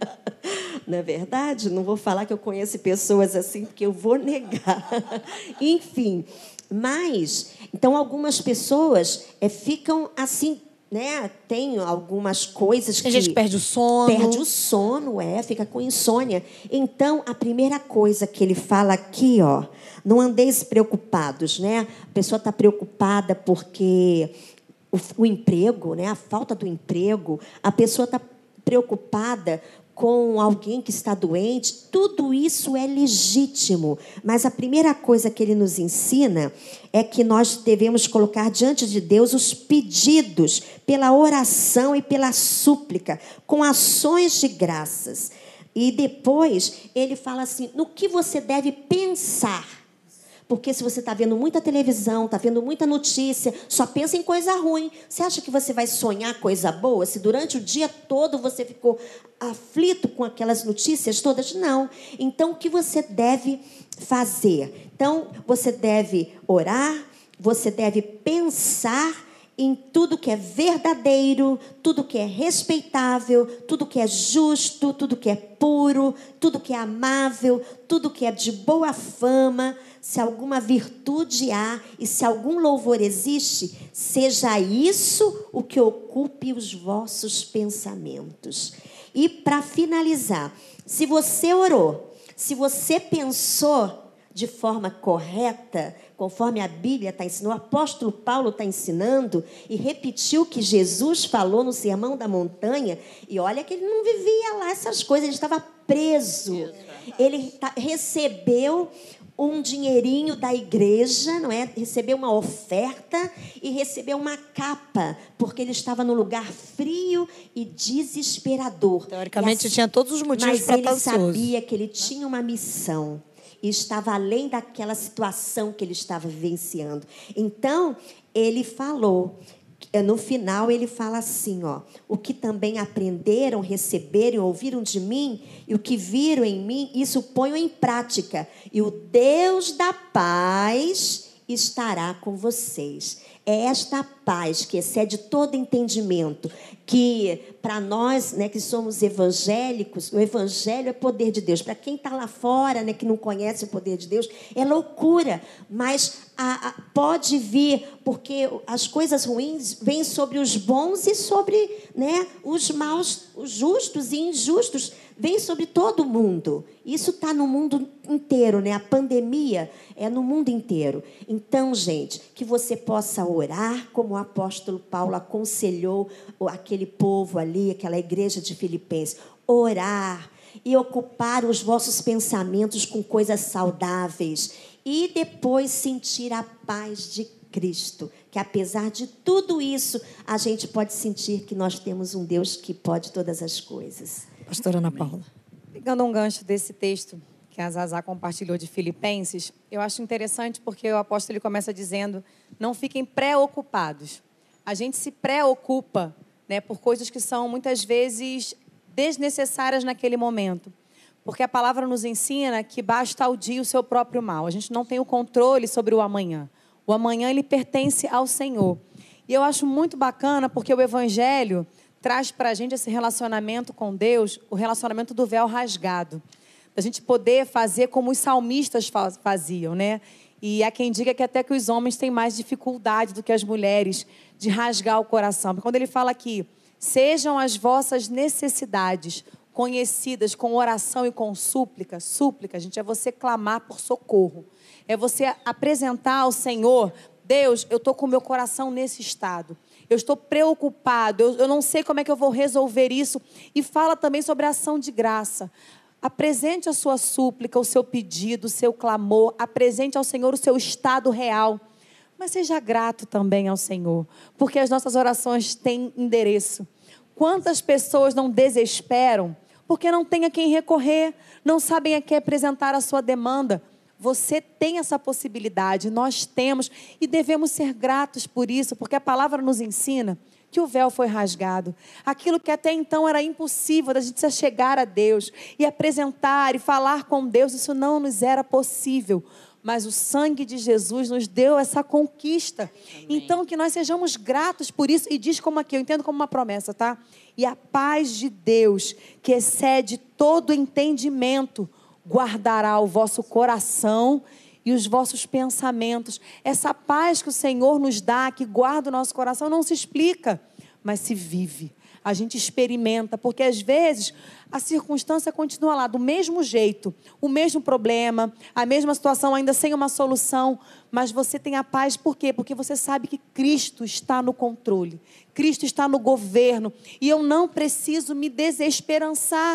Speaker 3: Não é verdade? Não vou falar que eu conheço pessoas assim, porque eu vou negar. Enfim, mas, então, algumas pessoas é, ficam assim, né? Tem algumas coisas que...
Speaker 2: A gente perde o sono.
Speaker 3: Perde o sono, é, fica com insônia. Então, a primeira coisa que ele fala aqui, ó, não andeis preocupados, né? A pessoa está preocupada porque o, o emprego, né? A falta do emprego. A pessoa está preocupada com alguém que está doente, tudo isso é legítimo. Mas a primeira coisa que ele nos ensina é que nós devemos colocar diante de Deus os pedidos pela oração e pela súplica, com ações de graças. E depois ele fala assim, no que você deve pensar. Porque se você está vendo muita televisão, está vendo muita notícia, só pensa em coisa ruim. Você acha que você vai sonhar coisa boa se durante o dia todo você ficou aflito com aquelas notícias todas? Não. Então, o que você deve fazer? Então, você deve orar, você deve pensar em tudo que é verdadeiro, tudo que é respeitável, tudo que é justo, tudo que é puro, tudo que é amável, tudo que é de boa fama. Se alguma virtude há e se algum louvor existe, seja isso o que ocupe os vossos pensamentos. E para finalizar, se você orou, se você pensou de forma correta, conforme a Bíblia está ensinando, o apóstolo Paulo está ensinando e repetiu o que Jesus falou no Sermão da Montanha, e olha que ele não vivia lá essas coisas, ele estava preso. Ele recebeu um dinheirinho da igreja, não é? Recebeu uma oferta e recebeu uma capa, porque ele estava num lugar frio e desesperador.
Speaker 2: Teoricamente,
Speaker 3: assim,
Speaker 2: tinha todos os motivos para estar
Speaker 3: ansioso. Mas ele sabia que ele
Speaker 2: né?
Speaker 3: tinha uma missão e estava além daquela situação que ele estava vivenciando. Então, ele falou... No final, ele fala assim, ó, o que também aprenderam, receberam, ouviram de mim, e o que viram em mim, isso ponham em prática. E o Deus da paz estará com vocês. É esta paz que excede todo entendimento, que para nós, né, que somos evangélicos, o evangelho é poder de Deus. Para quem está lá fora, né, que não conhece o poder de Deus, é loucura, mas a, a, pode vir, porque as coisas ruins vêm sobre os bons e sobre, né, os maus, os justos e injustos, vem sobre todo mundo. Isso está no mundo inteiro, né? A pandemia é no mundo inteiro. Então, gente, que você possa orar, como o apóstolo Paulo aconselhou aquele povo ali, aquela igreja de Filipenses. Orar e ocupar os vossos pensamentos com coisas saudáveis. E depois sentir a paz de Cristo. Que apesar de tudo isso, a gente pode sentir que nós temos um Deus que pode todas as coisas.
Speaker 2: Pastora Ana Paula.
Speaker 4: Pegando um gancho desse texto que a Zazá compartilhou de Filipenses, eu acho interessante porque o apóstolo ele começa dizendo, não fiquem preocupados. A gente se preocupa, né, por coisas que são muitas vezes desnecessárias naquele momento. Porque a palavra nos ensina que basta ao dia o seu próprio mal. A gente não tem o controle sobre o amanhã. O amanhã ele pertence ao Senhor. E eu acho muito bacana porque o Evangelho traz para a gente esse relacionamento com Deus, o relacionamento do véu rasgado. Da gente poder fazer como os salmistas faziam, né? E há quem diga que até que os homens têm mais dificuldade do que as mulheres de rasgar o coração. Quando ele fala aqui, sejam as vossas necessidades conhecidas com oração e com súplica. Súplica, gente, é você clamar por socorro. É você apresentar ao Senhor, Deus, eu estou com o meu coração nesse estado. Eu estou preocupado, eu, eu não sei como é que eu vou resolver isso. E fala também sobre a ação de graça. Apresente a sua súplica, o seu pedido, o seu clamor. Apresente ao Senhor o seu estado real. Mas seja grato também ao Senhor, porque as nossas orações têm endereço. Quantas pessoas não desesperam porque não têm a quem recorrer, não sabem a quem apresentar a sua demanda. Você tem essa possibilidade, nós temos e devemos ser gratos por isso, porque a palavra nos ensina que o véu foi rasgado. Aquilo que até então era impossível da gente se chegar a Deus e apresentar e falar com Deus, isso não nos era possível. Mas o sangue de Jesus nos deu essa conquista. Amém. Então, que nós sejamos gratos por isso. E diz como aqui, eu entendo como uma promessa, tá? E a paz de Deus, que excede todo entendimento, guardará o vosso coração e os vossos pensamentos. Essa paz que o Senhor nos dá, que guarda o nosso coração, não se explica, mas se vive. A gente experimenta, porque às vezes a circunstância continua lá, do mesmo jeito, o mesmo problema, a mesma situação, ainda sem uma solução, mas você tem a paz, por quê? Porque você sabe que Cristo está no controle, Cristo está no governo, e eu não preciso me desesperançar,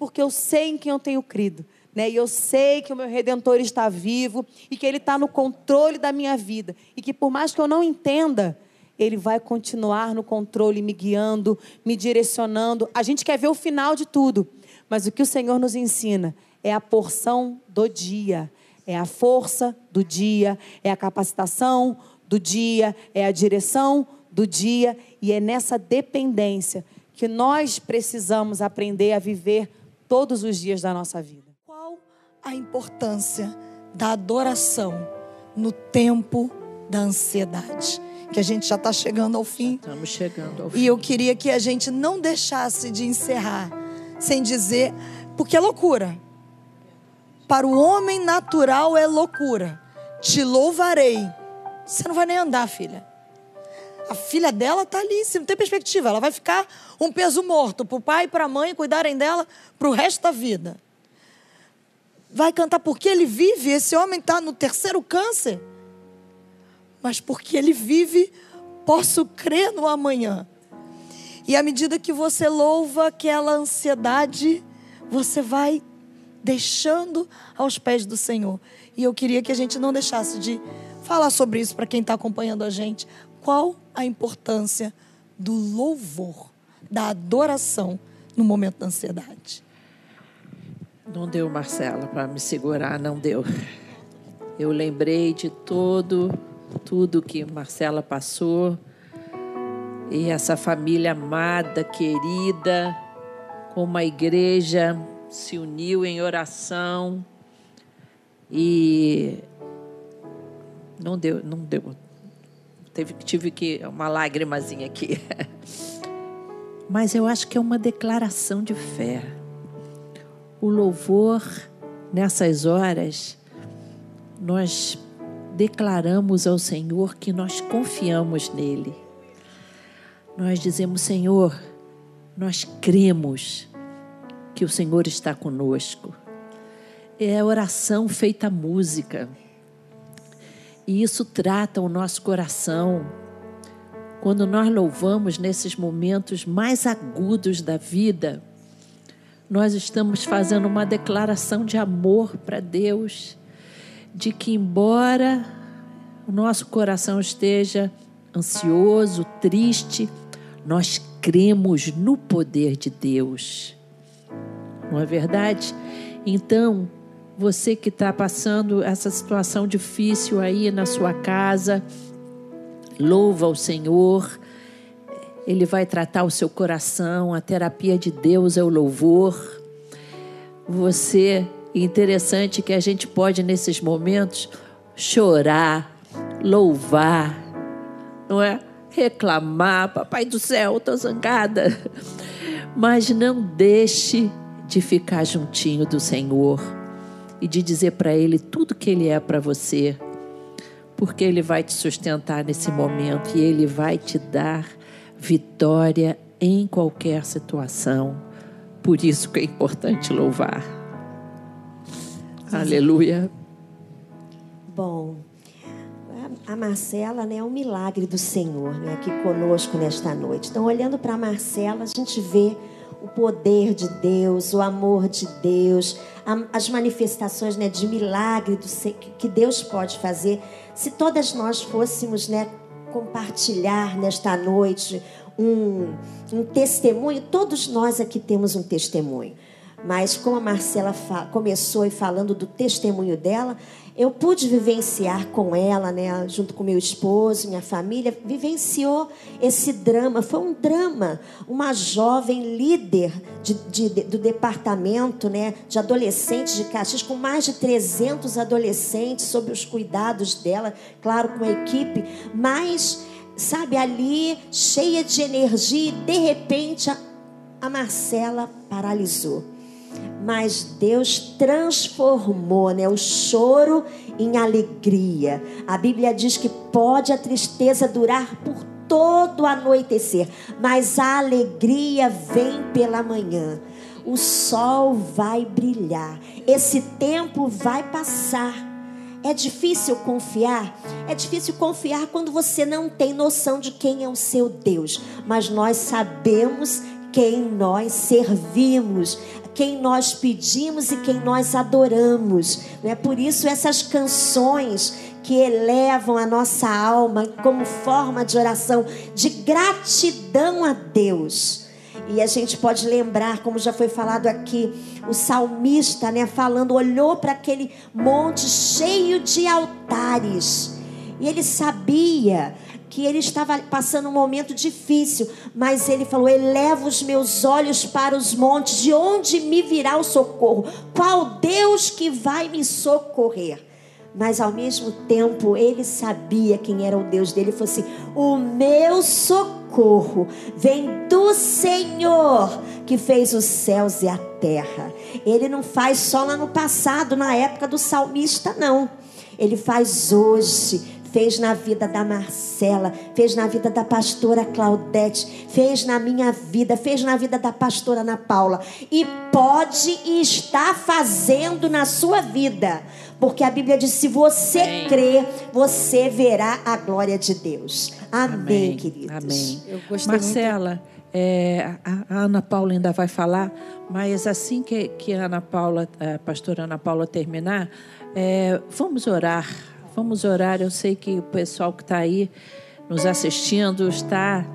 Speaker 4: porque eu sei em quem eu tenho crido, né? E eu sei que o meu Redentor está vivo e que Ele está no controle da minha vida. E que por mais que eu não entenda, Ele vai continuar no controle, me guiando, me direcionando. A gente quer ver o final de tudo, mas o que o Senhor nos ensina é a porção do dia, é a força do dia, é a capacitação do dia, é a direção do dia. E é nessa dependência que nós precisamos aprender a viver todos os dias da nossa vida.
Speaker 2: Qual a importância da adoração no tempo da ansiedade? Que a gente já está chegando ao fim.
Speaker 1: Estamos chegando ao fim.
Speaker 2: E eu queria que a gente não deixasse de encerrar sem dizer, porque é loucura. Para o homem natural é loucura. Te louvarei. Você não vai nem andar, filha. A filha dela está ali, não tem perspectiva. Ela vai ficar um peso morto para o pai e para a mãe cuidarem dela para o resto da vida. Vai cantar porque ele vive. Esse homem está no terceiro câncer. Mas porque ele vive, posso crer no amanhã. E à medida que você louva aquela ansiedade, você vai deixando aos pés do Senhor. E eu queria que a gente não deixasse de falar sobre isso para quem está acompanhando a gente. Qual a importância do louvor, da adoração no momento da ansiedade?
Speaker 1: Não deu, Marcela, para me segurar, não deu. Eu lembrei de todo, tudo que Marcela passou. E essa família amada, querida, com uma igreja, se uniu em oração. E não deu, não deu. Teve, tive que, uma lágrimazinha aqui. Mas eu acho que é uma declaração de fé. O louvor, nessas horas, nós declaramos ao Senhor que nós confiamos nele. Nós dizemos, Senhor, nós cremos que o Senhor está conosco. É a oração feita música. E isso trata o nosso coração. Quando nós louvamos nesses momentos mais agudos da vida, nós estamos fazendo uma declaração de amor para Deus, de que embora o nosso coração esteja ansioso, triste, nós cremos no poder de Deus. Não é verdade? Então, você que está passando essa situação difícil aí na sua casa, louva o Senhor. Ele vai tratar o seu coração. A terapia de Deus é o louvor. Você, interessante que a gente pode nesses momentos chorar, louvar, não é? Reclamar, papai do céu, estou zangada. Mas não deixe de ficar juntinho do Senhor e de dizer para Ele tudo que Ele é para você, porque Ele vai te sustentar nesse momento e Ele vai te dar vitória em qualquer situação. Por isso que é importante louvar. Sim. Aleluia.
Speaker 3: Bom, a Marcela, né, é um milagre do Senhor, né, aqui conosco nesta noite. Então, olhando para a Marcela, a gente vê o poder de Deus, o amor de Deus, as manifestações, né, de milagre do, que Deus pode fazer. Se todas nós fôssemos, né, compartilhar nesta noite um, um testemunho, todos nós aqui temos um testemunho. Mas como a Marcela fa- começou e falando do testemunho dela, eu pude vivenciar com ela, né, junto com meu esposo, minha família, vivenciou esse drama. Foi um drama. Uma jovem líder de, de, de, do departamento, né, de adolescentes de Caxias, com mais de trezentos adolescentes sob os cuidados dela, claro, com a equipe, mas, sabe, ali, cheia de energia, e de repente a, a Marcela paralisou. Mas Deus transformou, né, o choro em alegria. A Bíblia diz que pode a tristeza durar por todo o anoitecer, mas a alegria vem pela manhã. O sol vai brilhar. Esse tempo vai passar. É difícil confiar? É difícil confiar quando você não tem noção de quem é o seu Deus. Mas nós sabemos quem nós servimos. quem nós pedimos e quem nós adoramos. É por isso essas canções que elevam a nossa alma como forma de oração, de gratidão a Deus. E a gente pode lembrar, como já foi falado aqui, o salmista, né, falando, olhou para aquele monte cheio de altares, e ele sabia que ele estava passando um momento difícil, mas ele falou, eleva os meus olhos para os montes, de onde me virá o socorro? Qual Deus que vai me socorrer? Mas ao mesmo tempo ele sabia quem era o Deus dele. Ele falou assim, o meu socorro vem do Senhor que fez os céus e a terra. Ele não faz só lá no passado, na época do salmista, não. Ele faz hoje. Fez na vida da Marcela, fez na vida da pastora Claudete, fez na minha vida, fez na vida da pastora Ana Paula. E pode e está fazendo na sua vida. Porque a Bíblia diz, se você Amém. Crer, você verá a glória de Deus. Amém, Amém. Queridos.
Speaker 5: Amém. Eu Marcela, muito... é, a, a Ana Paula ainda vai falar, mas assim que, que a Ana Paula, a pastora Ana Paula terminar, é, vamos orar. Vamos orar. Eu sei que o pessoal que está aí nos assistindo está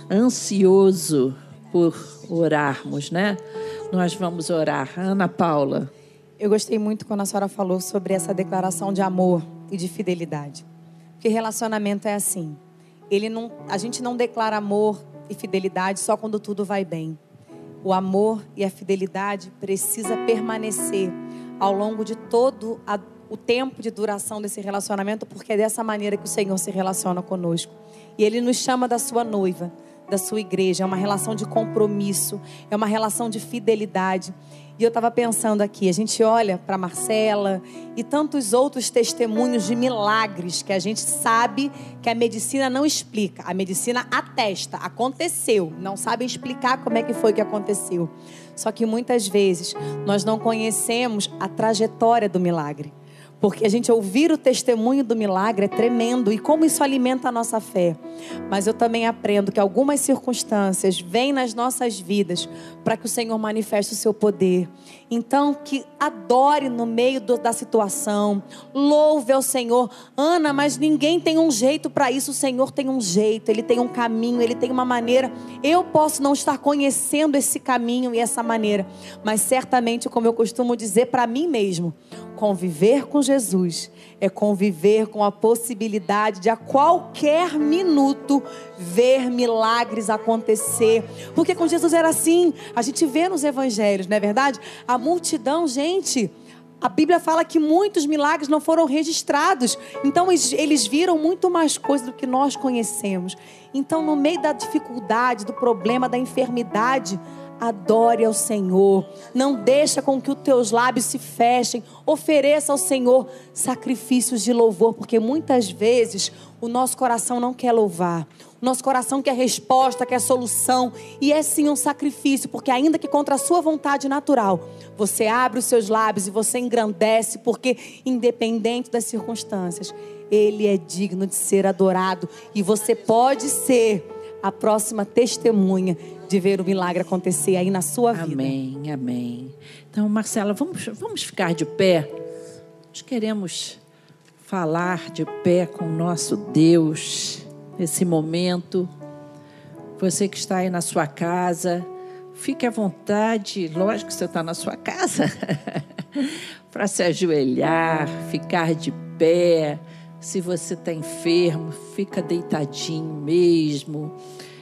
Speaker 5: ansioso por orarmos, né? Nós vamos orar. Ana Paula.
Speaker 4: Eu gostei muito quando a senhora falou sobre essa declaração de amor e de fidelidade. Porque relacionamento é assim. Ele não, a gente não declara amor e fidelidade só quando tudo vai bem. O amor e a fidelidade precisa permanecer ao longo de todo a o tempo de duração desse relacionamento, porque é dessa maneira que o Senhor se relaciona conosco. E Ele nos chama da sua noiva, da sua igreja. É uma relação de compromisso, é uma relação de fidelidade. E eu estava pensando aqui, a gente olha para Marcela e tantos outros testemunhos de milagres que a gente sabe que a medicina não explica. A medicina atesta, aconteceu. Não sabe explicar como é que foi que aconteceu. Só que muitas vezes nós não conhecemos a trajetória do milagre. Porque a gente ouvir o testemunho do milagre é tremendo. E como isso alimenta a nossa fé. Mas eu também aprendo que algumas circunstâncias vêm nas nossas vidas para que o Senhor manifeste o seu poder. Então, que adore no meio do, da situação. Louve ao Senhor. Ana, mas ninguém tem um jeito para isso. O Senhor tem um jeito. Ele tem um caminho. Ele tem uma maneira. Eu posso não estar conhecendo esse caminho e essa maneira. Mas certamente, como eu costumo dizer para mim mesmo, conviver com Jesus é conviver com a possibilidade de a qualquer minuto ver milagres acontecer. Porque com Jesus era assim. A gente vê nos evangelhos, não é verdade? A multidão, gente, a Bíblia fala que muitos milagres não foram registrados. Então eles viram muito mais coisas do que nós conhecemos. Então, no meio da dificuldade, do problema, da enfermidade, adore ao Senhor. Não deixa com que os teus lábios se fechem. Ofereça ao Senhor sacrifícios de louvor, porque muitas vezes o nosso coração não quer louvar. O nosso coração quer resposta, quer solução. E é sim um sacrifício, porque ainda que contra a sua vontade natural, você abre os seus lábios e você engrandece, porque independente das circunstâncias, Ele é digno de ser adorado. E você pode ser a próxima testemunha de ver o milagre acontecer aí na sua vida.
Speaker 5: Amém, amém. Então, Marcela, vamos, vamos ficar de pé. Nós queremos falar de pé com o nosso Deus nesse momento. Você que está aí na sua casa, fique à vontade, lógico que você está na sua casa, para se ajoelhar, ficar de pé. Se você está enfermo, fica deitadinho mesmo.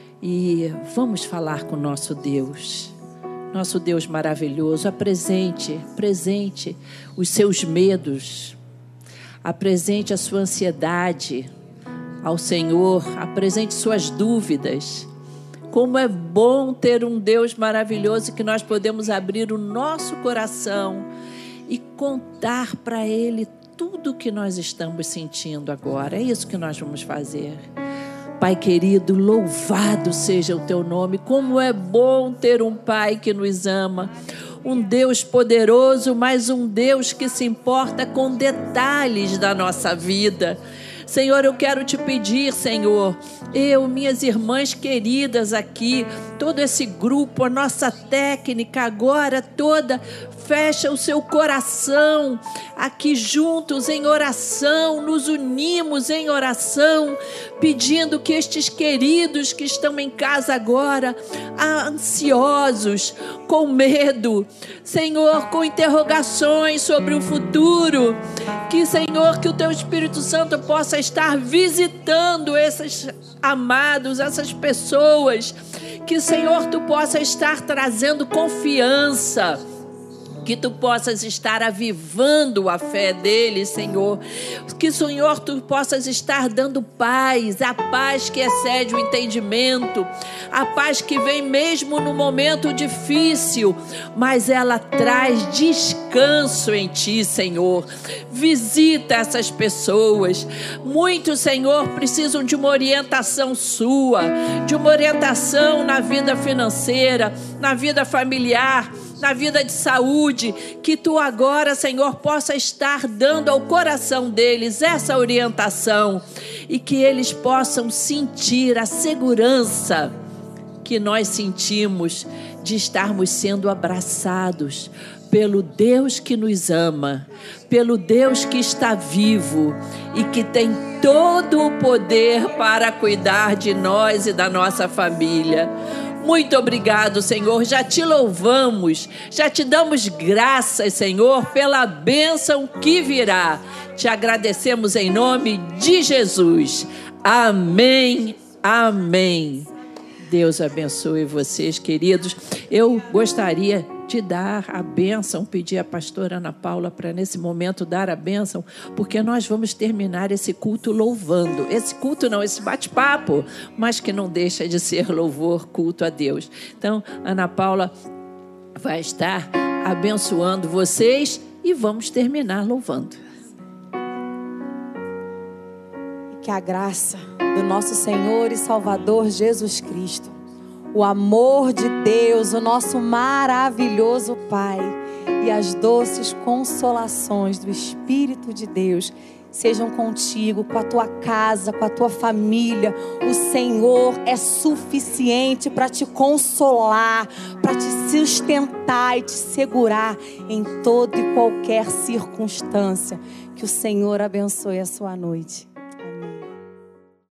Speaker 5: E vamos falar com o nosso Deus. Nosso Deus maravilhoso. Apresente, presente os seus medos. Apresente a sua ansiedade ao Senhor. Apresente suas dúvidas. Como é bom ter um Deus maravilhoso que nós podemos abrir o nosso coração e contar para Ele tudo o que nós estamos sentindo agora. É isso que nós vamos fazer. Pai querido, louvado seja o teu nome. Como é bom ter um Pai que nos ama. Um Deus poderoso, mas um Deus que se importa com detalhes da nossa vida. Senhor, eu quero te pedir, Senhor, eu, minhas irmãs queridas aqui, todo esse grupo, a nossa técnica agora toda, fecha o seu coração aqui juntos em oração, nos unimos em oração, pedindo que estes queridos que estão em casa agora, ansiosos, com medo, Senhor, com interrogações sobre o futuro, que, Senhor, que o teu Espírito Santo possa estar visitando esses amados, essas pessoas, que, Senhor, tu possa estar trazendo confiança, que tu possas estar avivando a fé deles, Senhor. Que, Senhor, tu possas estar dando paz, a paz que excede o entendimento, a paz que vem mesmo no momento difícil, mas ela traz descanso em ti, Senhor. Visita essas pessoas. Muitos, Senhor, precisam de uma orientação sua, de uma orientação na vida financeira, na vida familiar, na vida de saúde, que tu agora, Senhor, possa estar dando ao coração deles essa orientação e que eles possam sentir a segurança que nós sentimos de estarmos sendo abraçados pelo Deus que nos ama, pelo Deus que está vivo e que tem todo o poder para cuidar de nós e da nossa família. Muito obrigado, Senhor, já te louvamos, já te damos graças, Senhor, pela bênção que virá. Te agradecemos em nome de Jesus. Amém, amém. Deus abençoe vocês, queridos. Eu gostaria de dar a bênção, pedir à pastora Ana Paula para nesse momento dar a bênção, porque nós vamos terminar esse culto louvando. Esse culto não, esse bate-papo, mas que não deixa de ser louvor, culto a Deus. Então, Ana Paula vai estar abençoando vocês e vamos terminar louvando.
Speaker 4: Que a graça do nosso Senhor e Salvador Jesus Cristo, o amor de Deus, o nosso maravilhoso Pai e as doces consolações do Espírito de Deus sejam contigo, com a tua casa, com a tua família. O Senhor é suficiente para te consolar, para te sustentar e te segurar em toda e qualquer circunstância. Que o Senhor abençoe a sua noite.